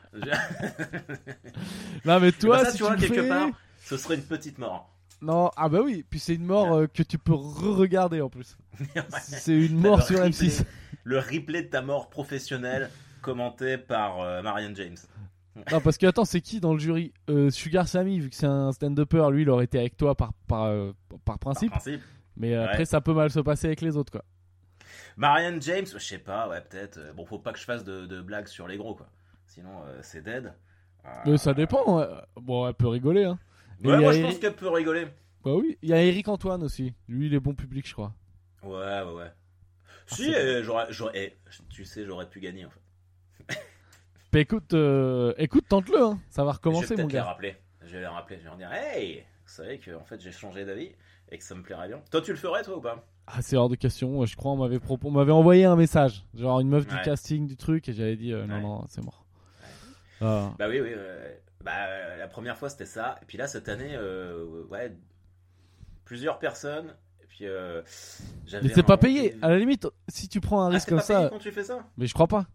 Non, mais toi, Bah ça, si tu vois, le quelque fais- part, ce serait une petite mort. Non, ah bah oui. Puis c'est une mort euh, que tu peux re-regarder en plus. Ouais. C'est une T'as mort le sur replay- M six. Le replay de ta mort professionnelle commenté par euh, Marianne James. Non, parce que attends, c'est qui dans le jury euh, Sugar Sammy, vu que c'est un stand-upper, lui, il aurait été avec toi par, par, euh, par Par principe. principe. Mais euh, Ouais. après, ça peut mal se passer avec les autres, quoi. Marianne James, je sais pas, ouais, peut-être. Euh, Bon, faut pas que je fasse de, de blagues sur les gros, quoi. Sinon, euh, c'est dead. Euh, Mais ça dépend. ouais. Bon, elle peut rigoler, hein. Et Ouais, il y moi, a je Eric- pense qu'elle peut rigoler. Bah oui, il y a Eric Antoine aussi. Lui, il est bon public, je crois. Ouais, ouais, ouais. Ah, Si, c'est euh, j'aurais, j'aurais, eh, tu sais, j'aurais pu gagner, en fait. Bah écoute, euh, écoute, tente-le, hein. Ça va je recommencer, vais mon peut-être les gars. rappeler. Je vais les rappeler. Je vais leur dire, hey, vous savez que, en fait, j'ai changé d'avis et que ça me plairait bien. Toi, tu le ferais, toi, ou pas? Ah, c'est hors de question. Je crois on m'avait propos... on m'avait envoyé un message, genre une meuf du Ouais. casting du truc, et j'avais dit euh, non, Ouais. non, c'est mort. Ah. Bah oui, oui. euh, bah, euh, la première fois, c'était ça. Et puis là, cette année, euh, ouais, plusieurs personnes. Et puis, euh, j'avais Mais c'est un pas nom payé. qui- À la limite, si tu prends un Ah, risque c'est comme pas payé ça, quand tu fais ça? mais je crois pas.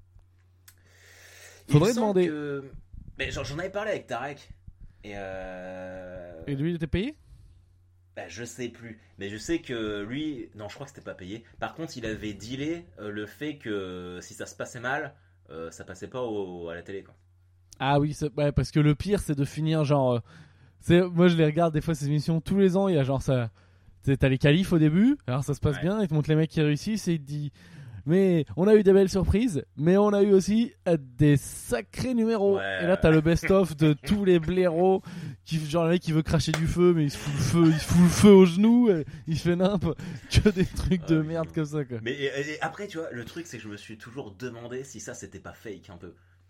Il Faudrait me semble demander. que- Mais genre, j'en avais parlé avec Tarek. Et euh... Et lui, il était payé? Bah, je sais plus. Mais je sais que lui. Non, je crois que c'était pas payé. Par contre, il avait dealé euh, le fait que si ça se passait mal, euh, ça passait pas au- à la télé, quoi. Ah oui, c'est- ouais, parce que le pire, c'est de finir genre. euh, c'est... Moi, je les regarde des fois ces émissions tous les ans. Il y a genre ça. Tu sais, t'as les qualifs au début, alors ça se passe Ouais. bien. Ils te montrent les mecs qui réussissent et ils te disent. Mais on a eu des belles surprises, mais on a eu aussi euh, des sacrés numéros. Ouais. Et là, t'as le best-of de tous les blaireaux. Qui, genre, le mec qui veut cracher du feu, mais il se fout le feu, il se fout le feu au genou, et il fait nimp. Que des trucs de Ouais, merde putain. comme ça, quoi. Mais et- et après, tu vois, le truc, c'est que je me suis toujours demandé si ça, c'était pas fake un peu.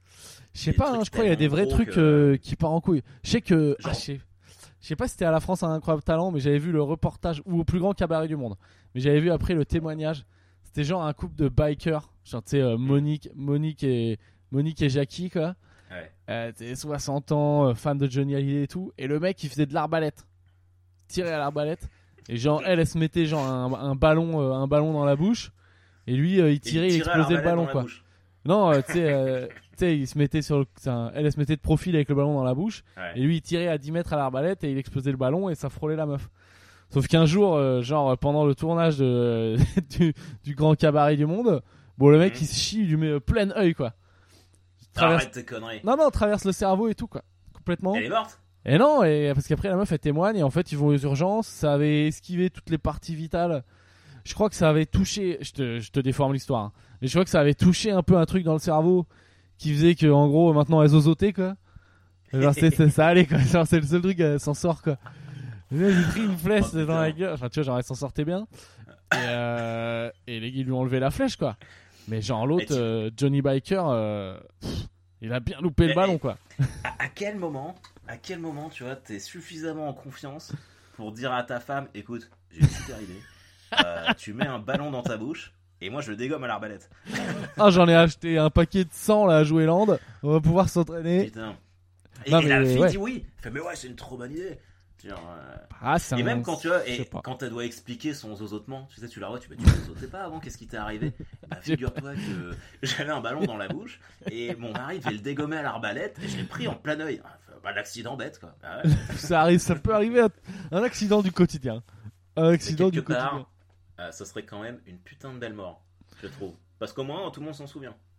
Je sais des pas, hein, trucs je crois qu'il y a des vrais tellement trucs gros que- euh, qui partent en couille. Je sais que. Genre- ah, je sais je sais pas si c'était à la France un incroyable talent, mais j'avais vu le reportage, ou au plus grand cabaret du monde. Mais j'avais vu après le témoignage. C'était genre un couple de bikers. Genre, tu sais, euh, Monique, Monique, et, Monique et Jackie, quoi. Ouais. Euh, t'es soixante ans, euh, fan de Johnny Hallyday et tout. Et le mec, il faisait de l'arbalète. Tirait à l'arbalète. Et genre, elle, elle se mettait genre un, un ballon, euh, un ballon dans la bouche. Et lui, euh, il Et tirait, il, tirait à explosait le l'arbalète ballon, dans la quoi. bouche. Non, euh, tu sais, euh, tu sais, il se mettait sur le, c'est un- elle, elle se mettait de profil avec le ballon dans la bouche. Ouais. Et lui, il tirait à dix mètres à l'arbalète et il explosait le ballon et ça frôlait la meuf. Sauf qu'un jour, euh, genre pendant le tournage de, du, du grand cabaret du monde, bon, le mec Mhm. il se chie, il lui met euh, plein œil, quoi. Traverse- Arrête tes conneries. Non, non, traverse le cerveau et tout, quoi. Complètement. Elle est morte? Et non, et parce qu'après la meuf elle témoigne et en fait ils vont aux urgences, ça avait esquivé toutes les parties vitales. Je crois que ça avait touché, je te, je te déforme l'histoire, hein. Mais je crois que ça avait touché un peu un truc dans le cerveau qui faisait que en gros maintenant elle zozotait, quoi. Genre c'est, c'est- ça allait, quoi. Genre c'est le seul truc, elle s'en sort, quoi. Et là, j'ai pris une flèche Oh, dans la putain. gueule, enfin tu vois, genre elle s'en sortait bien. Et, euh, et les gars ils lui ont enlevé la flèche, quoi. Mais genre l'autre, Mais tu- euh, Johnny Biker, euh, pff, il a bien loupé le Mais- ballon, quoi. À, à quel moment, à quel moment, tu vois, t'es suffisamment en confiance pour dire à ta femme, écoute, j'ai une super idée. Euh, tu mets un ballon dans ta bouche et moi je le dégomme à l'arbalète. Ah, j'en ai acheté un paquet de cent là à Joueland. On va pouvoir s'entraîner. Putain. Et, Non, et la mais fille ouais. dit oui. Elle fait mais ouais, c'est une trop bonne idée. Genre, euh, Ah, c'est Et un- même quand tu vois, je sais et pas. quand elle doit expliquer son zozotement, tu sais, tu la vois, tu fais, tu zozotais pas avant, qu'est-ce qui t'est arrivé? Bah, figure-toi que j'avais un ballon dans la bouche et mon mari devait le dégommer à l'arbalète et je l'ai pris en plein œil. Ah, bah, l'accident bête, quoi. Bah, ouais. Ça arrive, ça peut arriver à un accident du quotidien. Un accident Mais du quelque part, quotidien. euh, ce serait quand même une putain de belle mort, je trouve. Parce qu'au moins, tout le monde s'en souvient.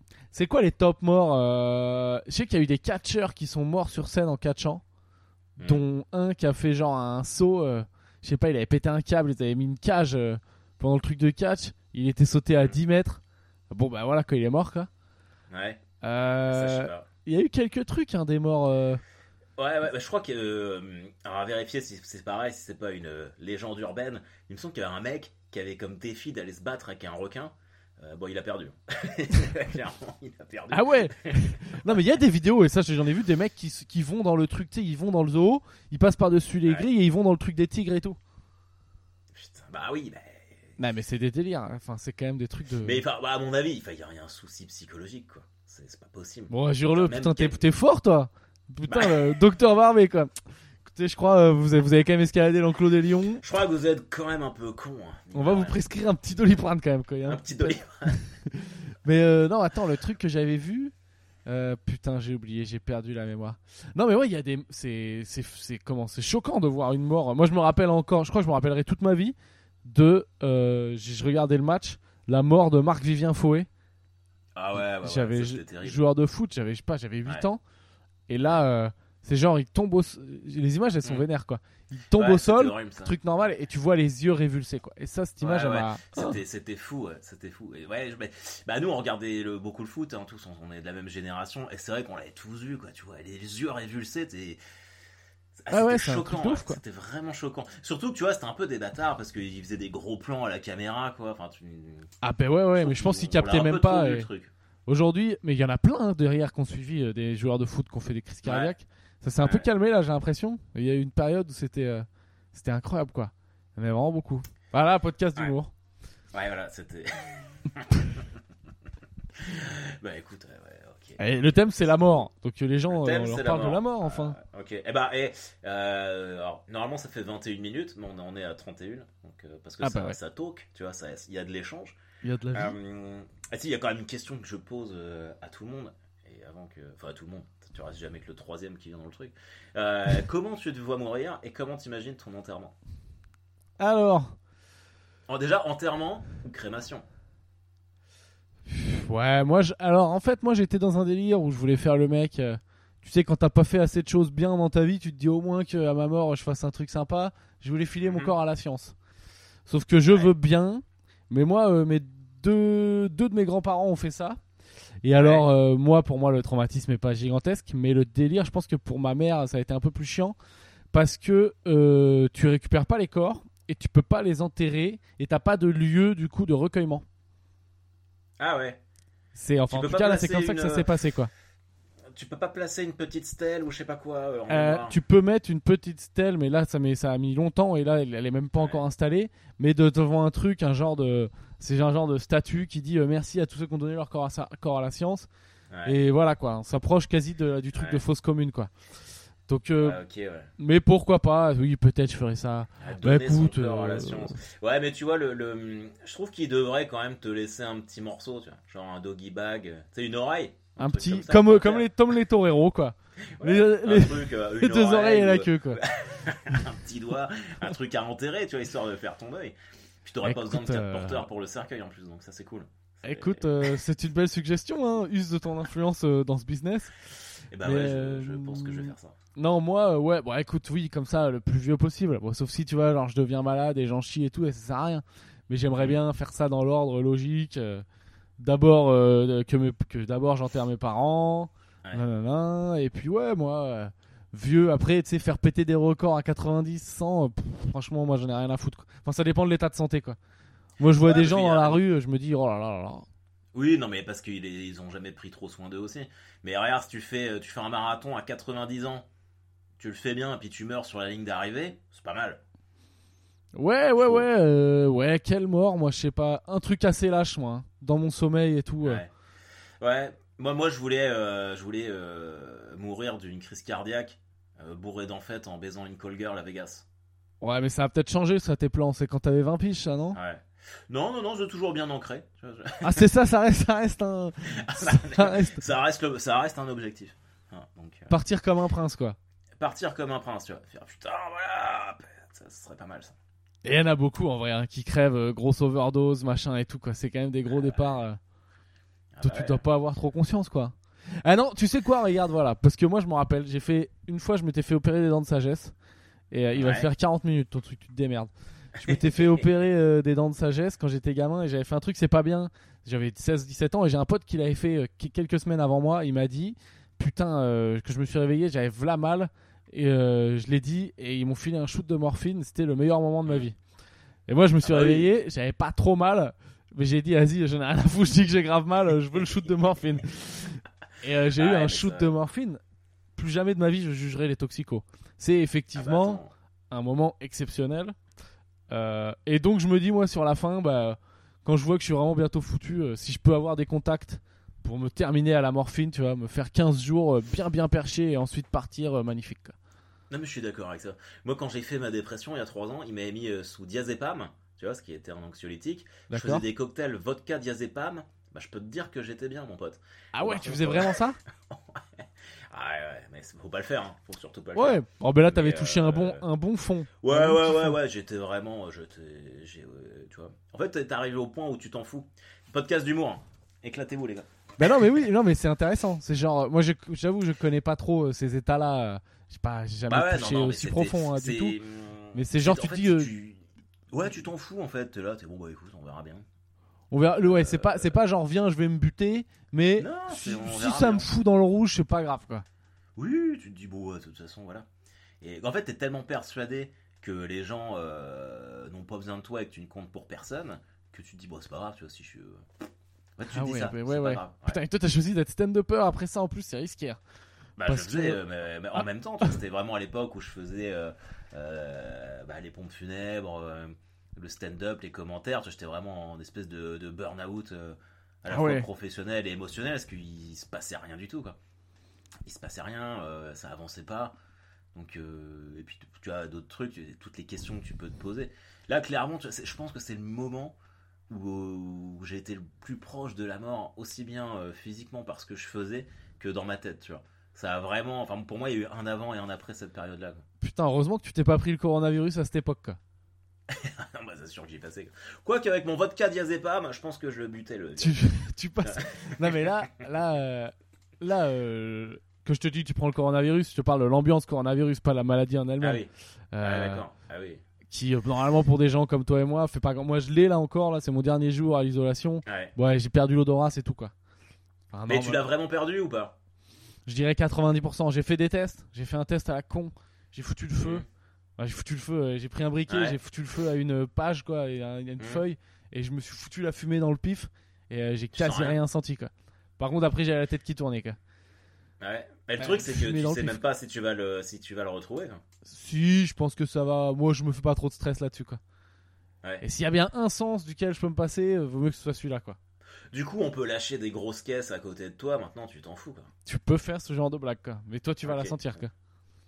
C'est quoi les top morts euh... Je sais qu'il y a eu des catcheurs qui sont morts sur scène en catchant, mmh. dont un qui a fait genre un saut. Euh... Je sais pas, il avait pété un câble, il avait mis une cage euh, pendant le truc de catch. Il était sauté à dix mètres. Bon, bah voilà, quand il est mort, quoi. Ouais. Euh... Ça, je sais pas. Il y a eu quelques trucs, hein, des morts. Euh... Ouais, ouais, bah, je crois que. Euh, alors, à vérifier si c'est pareil, si c'est pas une euh, légende urbaine. Il me semble qu'il y avait un mec qui avait comme défi d'aller se battre avec un requin. Euh, bon, il a perdu. Clairement, il a perdu. Ah ouais. Non, mais il y a des vidéos, et ça, j'en ai vu, des mecs qui, qui vont dans le truc, tu sais, ils vont dans le zoo, ils passent par-dessus les ouais. grilles et ils vont dans le truc des tigres et tout. Putain, bah oui, bah. Non, mais c'est des délires. Enfin, c'est quand même des trucs de. Mais bah, à mon avis, il y a un souci psychologique, quoi. C'est, c'est pas possible. Bon, jure-le, putain, t'es, quel... t'es fort, toi. Putain, bah... le docteur Barbet, quoi. Écoutez, je crois, vous avez, vous avez quand même escaladé l'enclos des lions. Je crois que vous êtes quand même un peu con. Hein. On va ouais. vous prescrire un petit Doliprane, quand même, quoi. Un, un petit Doliprane. Mais euh, non, attends, le truc que j'avais vu. Euh, putain, j'ai oublié, j'ai perdu la mémoire. Non, mais ouais, il y a des. C'est, c'est, c'est comment C'est choquant de voir une mort. Moi, je me rappelle encore, je crois que je me rappellerai toute ma vie de. Euh, je regardais le match, la mort de Marc-Vivien Fouet. Ah ouais, ouais, j'avais ouais, ça, c'était terrible. Joueur de foot, j'avais, je sais pas, j'avais huit ouais. ans. Et là, euh, c'est genre, il tombe au. Les images, elles sont mmh. vénères, quoi. Il tombe ouais, au sol, horrible, truc normal, et tu vois les yeux révulsés, quoi. Et ça, cette image, ouais, elle ouais. m'a. C'était, c'était fou, ouais, c'était fou. Et ouais, je... bah, nous, on regardait le, beaucoup le foot, hein, tous, on est de la même génération, et c'est vrai qu'on l'avait tous vu, quoi. Tu vois, les yeux révulsés, t'es. Ah, c'était ah ouais, choquant, c'est ouf, quoi. C'était vraiment choquant. Surtout que tu vois, c'était un peu des bâtards parce qu'ils faisaient des gros plans à la caméra, quoi. Enfin, tu... Ah ben ouais, ouais, mais je pense qu'ils captaient même pas. Et... truc. Aujourd'hui, mais il y en a plein hein, derrière qui ont suivi euh, des joueurs de foot qui ont fait des crises cardiaques. Ouais. Ça s'est un ouais. peu calmé là, j'ai l'impression. Il y a eu une période où c'était, euh, c'était incroyable, quoi. Il y en avait vraiment beaucoup. Voilà, podcast ouais. d'humour. Ouais, voilà, c'était. Bah écoute, ouais, ouais. Et le thème c'est la mort, donc les gens thème, on leur la parle mort. de la mort enfin. Euh, ok. Et bah et euh, alors, normalement ça fait vingt et une minutes, mais on en est à trente et une, donc euh, parce que ah ça, bah ouais. ça talk, tu vois, ça il y a de l'échange. Il y a de la vie. Euh, ah si, il y a quand même une question que je pose euh, à tout le monde et avant que, enfin à tout le monde, tu restes jamais que le troisième qui vient dans le truc. Euh, comment tu te vois mourir et comment t'imagines ton enterrement? Alors. Alors déjà enterrement ou crémation? Ouais, moi, je... alors en fait, moi j'étais dans un délire où je voulais faire le mec. Euh, tu sais, quand t'as pas fait assez de choses bien dans ta vie, tu te dis au moins qu'à ma mort je fasse un truc sympa. Je voulais filer mm-hmm. mon corps à la science. Sauf que je ouais. veux bien, mais moi, euh, mes deux, deux de mes grands-parents ont fait ça. Et alors, ouais. euh, moi, pour moi, le traumatisme est pas gigantesque, mais le délire, je pense que pour ma mère, ça a été un peu plus chiant parce que euh, tu récupères pas les corps et tu peux pas les enterrer et t'as pas de lieu du coup de recueillement. Ah ouais. C'est enfin en tout cas là c'est comme ça que ça s'est passé quoi. Tu peux pas placer une petite stèle ou je sais pas quoi. Euh, euh, tu peux mettre une petite stèle mais là ça, met, ça a mis longtemps et là elle, elle est même pas ouais. encore installée. Mais de devant un truc, un genre de, c'est un genre de statue qui dit euh, merci à tous ceux qui ont donné leur corps à, sa, corps à la science. Ouais. Et voilà quoi, on s'approche quasi de, du truc ouais. de fosse commune quoi. Donc, euh, ah, okay, ouais. mais pourquoi pas? Oui, peut-être je ferais ça. Bah, écoute, euh, à la science. Ouais, mais tu vois, le, le, je trouve qu'il devrait quand même te laisser un petit morceau, tu vois, genre un doggy bag, tu sais, une oreille. Un, un petit, comme, ça, comme, euh, comme les, comme les toreros, quoi. Ouais, les, un les, truc, euh, les deux oreille, oreilles et la ou, queue, quoi. Un petit doigt, un truc à enterrer, tu vois, histoire de faire ton deuil. Puis t'aurais pas besoin de quatre euh... porteurs pour le cercueil en plus, donc ça c'est cool. C'est... Écoute, euh, c'est une belle suggestion, hein. Use de ton influence euh, dans ce business. Et bah mais ouais, je, je pense que je vais faire ça. Non, moi, euh, ouais, bon, écoute, oui, comme ça, le plus vieux possible. Bon, sauf si, tu vois, genre, je deviens malade et j'en chie et tout, et ça sert à rien. Mais j'aimerais mmh. bien faire ça dans l'ordre logique. Euh, d'abord, euh, que, mes, que d'abord, j'enterre mes parents. Ouais. Nanana, et puis, ouais, moi, euh, vieux, après, tu sais, faire péter des records à quatre-vingt-dix, cent, euh, pff, franchement, moi, j'en ai rien à foutre, quoi. Enfin, ça dépend de l'état de santé, quoi. Moi, je vois ouais, des gens dans la rue, je me dis, oh là là là là. Oui, non, mais parce qu'ils ils ont jamais pris trop soin d'eux aussi. Mais regarde, si tu fais, tu fais un marathon à quatre-vingt-dix ans, tu le fais bien, et puis tu meurs sur la ligne d'arrivée, c'est pas mal. Ouais, ouais, Faut... ouais, euh, ouais, quelle mort, moi, je sais pas. Un truc assez lâche, moi, hein, dans mon sommeil et tout. Ouais, euh. ouais. Moi, moi, je voulais, euh, je voulais euh, mourir d'une crise cardiaque, euh, bourré d'enfête en baisant une call girl à Vegas. Ouais, mais ça a peut-être changé, ça, tes plans. C'est quand t'avais vingt piges, ça, non? Ouais. Non, non, non, c'est toujours bien ancré. Ah, c'est ça, ça reste, ça reste un. ça, reste... ça, reste le... ça reste un objectif. Ah, donc, euh... Partir comme un prince, quoi. Partir comme un prince, tu vois. Faire putain, voilà. Ça, ça serait pas mal, ça. Et il y en a beaucoup, en vrai, hein, qui crèvent, euh, grosse overdose, machin et tout, quoi. C'est quand même des gros ah, départs. Euh... Ah toi bah tu ouais. dois pas avoir trop conscience quoi. Ah non, tu sais quoi, regarde, voilà, parce que moi je me rappelle, j'ai fait une fois, je m'étais fait opérer des dents de sagesse et euh, il va Ouais. faire quarante minutes ton truc, tu te démerdes. Je m'étais fait opérer euh, des dents de sagesse quand j'étais gamin et j'avais fait un truc, c'est pas bien. J'avais seize dix-sept ans et j'ai un pote qui l'avait fait euh, quelques semaines avant moi. Il m'a dit, putain, euh, que je me suis réveillé, j'avais v'là mal. Et euh, je l'ai dit et ils m'ont filé un shoot de morphine. C'était le meilleur moment de ma vie. Et moi, je me suis Ah bah oui. réveillé, j'avais pas trop mal. Mais j'ai dit, vas-y, j'en ai rien à foutre, je dis que j'ai grave mal, je veux le shoot de morphine. Et euh, j'ai Ah eu ouais, un mais shoot ça- de morphine. Plus jamais de ma vie, je jugerai les toxicos. C'est Ah bah effectivement attends. un moment exceptionnel. Euh, et donc je me dis moi sur la fin, bah, quand je vois que je suis vraiment bientôt foutu, euh, si je peux avoir des contacts pour me terminer à la morphine, tu vois, me faire quinze jours euh, bien bien perché et ensuite partir, euh, magnifique. Quoi. Non mais je suis d'accord avec ça. Moi quand j'ai fait ma dépression il y a trois ans, il m'avait mis euh, sous diazépam, tu vois, ce qui était un anxiolytique. Je faisais D'accord. des cocktails vodka diazépam. Bah je peux te dire que j'étais bien mon pote. Ah Bon, ouais, par tu contre, faisais euh, vraiment ça? Ah ouais, ouais, mais faut pas le faire, hein. Faut surtout pas le Ouais. faire. Bon ben là t'avais Mais, touché un bon euh, un bon fond. Ouais, Un bon ouais, petit ouais, fond. ouais, j'étais vraiment. J'étais, j'ai, euh, tu vois. En fait, t'es arrivé au point où tu t'en fous. Podcast d'humour. Hein. Éclatez-vous, les gars. Bah non mais oui, non mais c'est intéressant. C'est genre, moi je- j'avoue je connais pas trop euh, ces états-là. euh, J'ai pas, j'ai jamais Bah ouais, non, touché non, mais aussi c'était- profond hein, c'est, du tout. hum, Mais c'est genre en tu fait, te dis, euh, tu- Ouais, tu t'en fous en fait. T'es là, t'es bon, bah écoute, on verra bien. on verra. Le ouais, c'est pas, c'est pas genre viens je vais me buter, mais Non, si, c'est- on si verra ça bien. me fout dans le rouge, c'est pas grave quoi. Oui, tu te dis, bon, ouais, de toute façon, voilà. Et en fait, t'es tellement persuadé que les gens euh, n'ont pas besoin de toi et que tu ne comptes pour personne que tu te dis, bon, c'est pas grave, tu vois, si je suis. euh, Ouais, tu te Ah dis ouais, ça, bah c'est ouais, pas ouais. grave. Ouais. Putain, et toi t'as choisi d'être stand-upper après ça en plus, c'est risqué. hein. Bah, Parce je faisais, que- euh, mais, mais en Ah. même temps, tu vois, c'était vraiment à l'époque où je faisais euh, euh, bah, les pompes funèbres, euh, le stand-up, les commentaires. Tu vois, j'étais vraiment en espèce de, de burn-out euh, à la Ah fois ouais. professionnel et émotionnel parce qu'il se passait rien du tout, quoi. Il se passait rien, euh, ça avançait pas. Donc, euh, et puis tu as d'autres trucs, toutes les questions que tu peux te poser. Là, clairement, tu vois, c'est- je pense que c'est le moment où, où j'ai été le plus proche de la mort, aussi bien euh, physiquement par ce que je faisais que dans ma tête, tu vois. Ça a vraiment, enfin pour moi, il y a eu un avant et un après cette période-là. Quoi. Putain, heureusement que tu t'es pas pris le coronavirus à cette époque quoi. bah, c'est sûr que j'y passais. Quoi qu'avec mon vodka diazépam, je pense que je le butais le. Tu, tu passes. Non mais là, là, euh, là, euh, que je te dis, tu prends le coronavirus, je te parle de l'ambiance coronavirus, pas la maladie en Ah elle-même. oui. Euh, Ah d'accord. Ah oui. qui euh, normalement pour des gens comme toi et moi fait pas grand. Moi je l'ai là encore là, c'est mon dernier jour à l'isolation. Ouais. Ouais, j'ai perdu l'odorat, c'est tout quoi. Enfin, Mais non, tu bah, l'as vraiment perdu ou pas? je dirais quatre-vingt-dix pour cent. J'ai fait des tests, j'ai fait un test à la con, j'ai foutu le feu. Mhm. Ouais, j'ai foutu le feu, euh, j'ai pris un briquet, Ouais. j'ai foutu le feu à une page quoi, et à une Mhm. feuille, et je me suis foutu la fumée dans le pif, et euh, j'ai Tu sens quasi rien. rien senti quoi. Par contre après j'avais la tête qui tournait quoi. Ouais. Mais le Ouais, truc c'est que fumé tu dans le sais pif. même pas si tu vas le, si tu vas le retrouver. Quoi. Si, je pense que ça va. Moi je me fais pas trop de stress là-dessus quoi. Ouais. Et s'il y a bien un sens duquel je peux me passer, euh, vaut mieux que ce soit celui-là quoi. Du coup, on peut lâcher des grosses caisses à côté de toi. Maintenant, tu t'en fous quoi. Tu peux faire ce genre de blague quoi, mais toi tu vas Ok. la sentir quoi.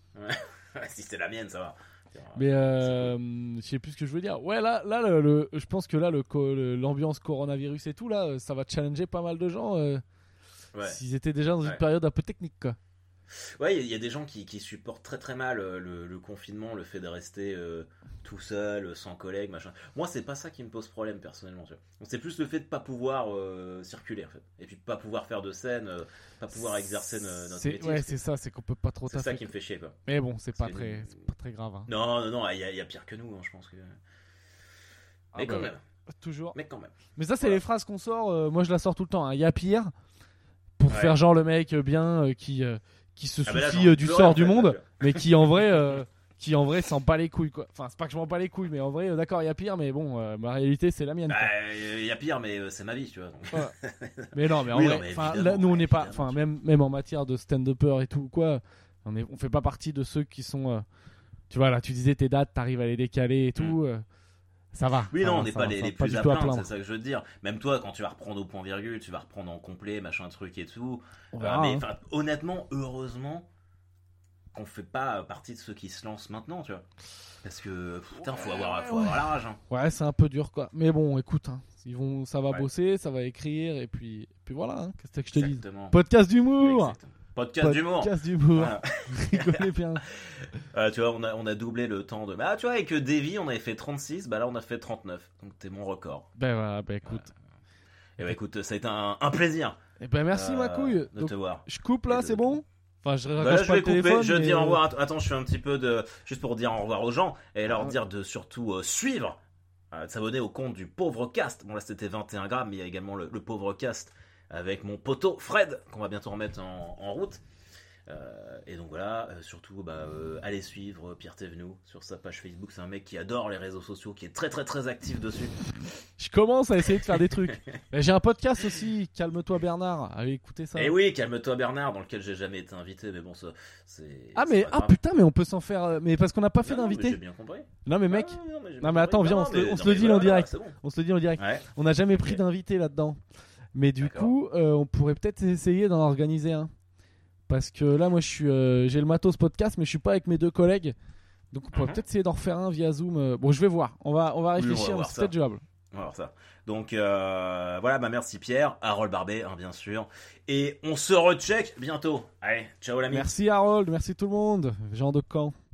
si c'est la mienne, ça va. Mais euh, je sais plus ce que je veux dire. Ouais, là, là, le, le- je pense que là, le, co- le- l'ambiance coronavirus et tout, là, ça va challenger pas mal de gens euh, Ouais. s'ils étaient déjà dans une Ouais. période un peu technique, quoi. Ouais, il y, y a des gens qui, qui supportent très très mal euh, le, le confinement, le fait de rester euh, tout seul, sans collègues, machin. Moi, c'est pas ça qui me pose problème personnellement. Tu vois. Donc, c'est plus le fait de pas pouvoir euh, circuler en fait, et puis de pas pouvoir faire de scène, euh, pas pouvoir exercer no- notre C'est- métier. Ouais, parce que c'est ça, c'est qu'on peut pas trop c'est ça taffer. qui me fait chier quoi. Mais bon, c'est pas C'est- très, c'est pas très grave. hein. Non, non, non, il y, a- il y a pire que nous, hein, je pense que. Ah Mais bah quand ouais, même, toujours. mais quand même. Mais ça, c'est Voilà. les phrases qu'on sort. euh, moi, je la sors tout le temps. Il y a pire pour Ouais. faire genre le mec euh, bien euh, qui euh, qui se Ah bah là, soucie j'en euh, du pleurais, sort en du fait, là, monde, tu vois. mais qui en vrai. euh, qui en vrai s'en bat les couilles quoi. Enfin c'est pas que je m'en bats les couilles mais en vrai euh, d'accord il y a pire mais bon euh, ma réalité c'est la mienne. quoi. Bah, il y a pire, mais euh, c'est ma vie, tu vois. donc. Mais non mais en Oui, vrai non, mais enfin, évidemment, là, nous on n'est pas évidemment, enfin tu- même même en matière de stand-upper et tout quoi on est on fait pas partie de ceux qui sont euh, tu vois là tu disais tes dates t'arrives à les décaler et tout euh, ça va. Oui, ça non, va, on n'est ça pas va, les, ça les va pas plus du à tout à plaindre, c'est plaindre. ça que je veux te dire. Même toi, quand tu vas reprendre au point virgule, tu vas reprendre en complet, machin truc et tout. On Euh, verra, mais hein. enfin, honnêtement, heureusement qu'on fait pas partie de ceux qui se lancent maintenant, tu vois. Parce que putain, faut avoir, faut Ouais, avoir la rage. Hein. Ouais c'est un peu dur quoi mais bon écoute hein, ils vont ça va Ouais. bosser ça va écrire et puis et puis voilà hein, qu'est-ce que je te dis. Exactement. Podcast d'humour. Exactement. Podcast d'humour. Podcast d'humour. Voilà. Rigolez bien. Euh, tu vois, on a, on a doublé le temps de. Bah, tu vois, avec Davy, on avait fait trente-six, bah là, on a fait trente-neuf. Donc, t'es mon record. Ben voilà, ben écoute. Et bah écoute, ça a été un, un plaisir. Et ben merci euh, ma couille. De Donc, te voir. je coupe là, Et de- c'est bon. Enfin, je Bah là, raccroche je pas vais le couper, téléphone. je mais, dis au euh, revoir. Attends, je fais un petit peu de. Juste pour dire au revoir aux gens et leur Ouais. dire de surtout euh, suivre, euh, de s'abonner au compte du Pauvre Cast. Bon, là c'était vingt et un grammes, mais il y a également le, le Pauvre Cast avec mon poteau Fred, qu'on va bientôt remettre en, en route. Euh, et donc voilà, euh, surtout bah, euh, allez suivre Pierre Thévenoud sur sa page Facebook. C'est un mec qui adore les réseaux sociaux, qui est très très très actif dessus. Je commence à essayer de faire des trucs. Mais j'ai un podcast aussi, Calme-toi Bernard. Allez écouter ça. Et oui, calme-toi Bernard, dans lequel j'ai jamais été invité, mais bon, ça, c'est. Ah c'est mais pas ah grave. putain, mais on peut s'en faire. euh, Mais parce qu'on n'a pas fait Non, non, mais d'invité. J'ai bien compris. Non mais mec, Ah, non, mais j'ai non, bien mais attends, compris. viens, Non, on se mais- le- on non, se le mais dit voilà, en direct. c'est bon. on se le dit en direct. Ouais. On n'a jamais pris Ok. d'invité là-dedans. Mais du D'accord. coup, euh, on pourrait peut-être essayer d'en organiser un. Parce que là, moi, je suis, euh, j'ai le matos podcast, mais je suis pas avec mes deux collègues. Donc, on pourrait Mhm. peut-être essayer d'en refaire un via Zoom. euh. Bon, je vais voir. On va, on va Oui, on va réfléchir, mais voir c'est ça. peut-être jouable. On va voir ça. Donc euh, voilà, bah merci Pierre, Harold Barbet, hein, bien sûr. Et on se recheck bientôt. Allez, ciao l'ami. Merci Harold, merci tout le monde. Jean de Caen.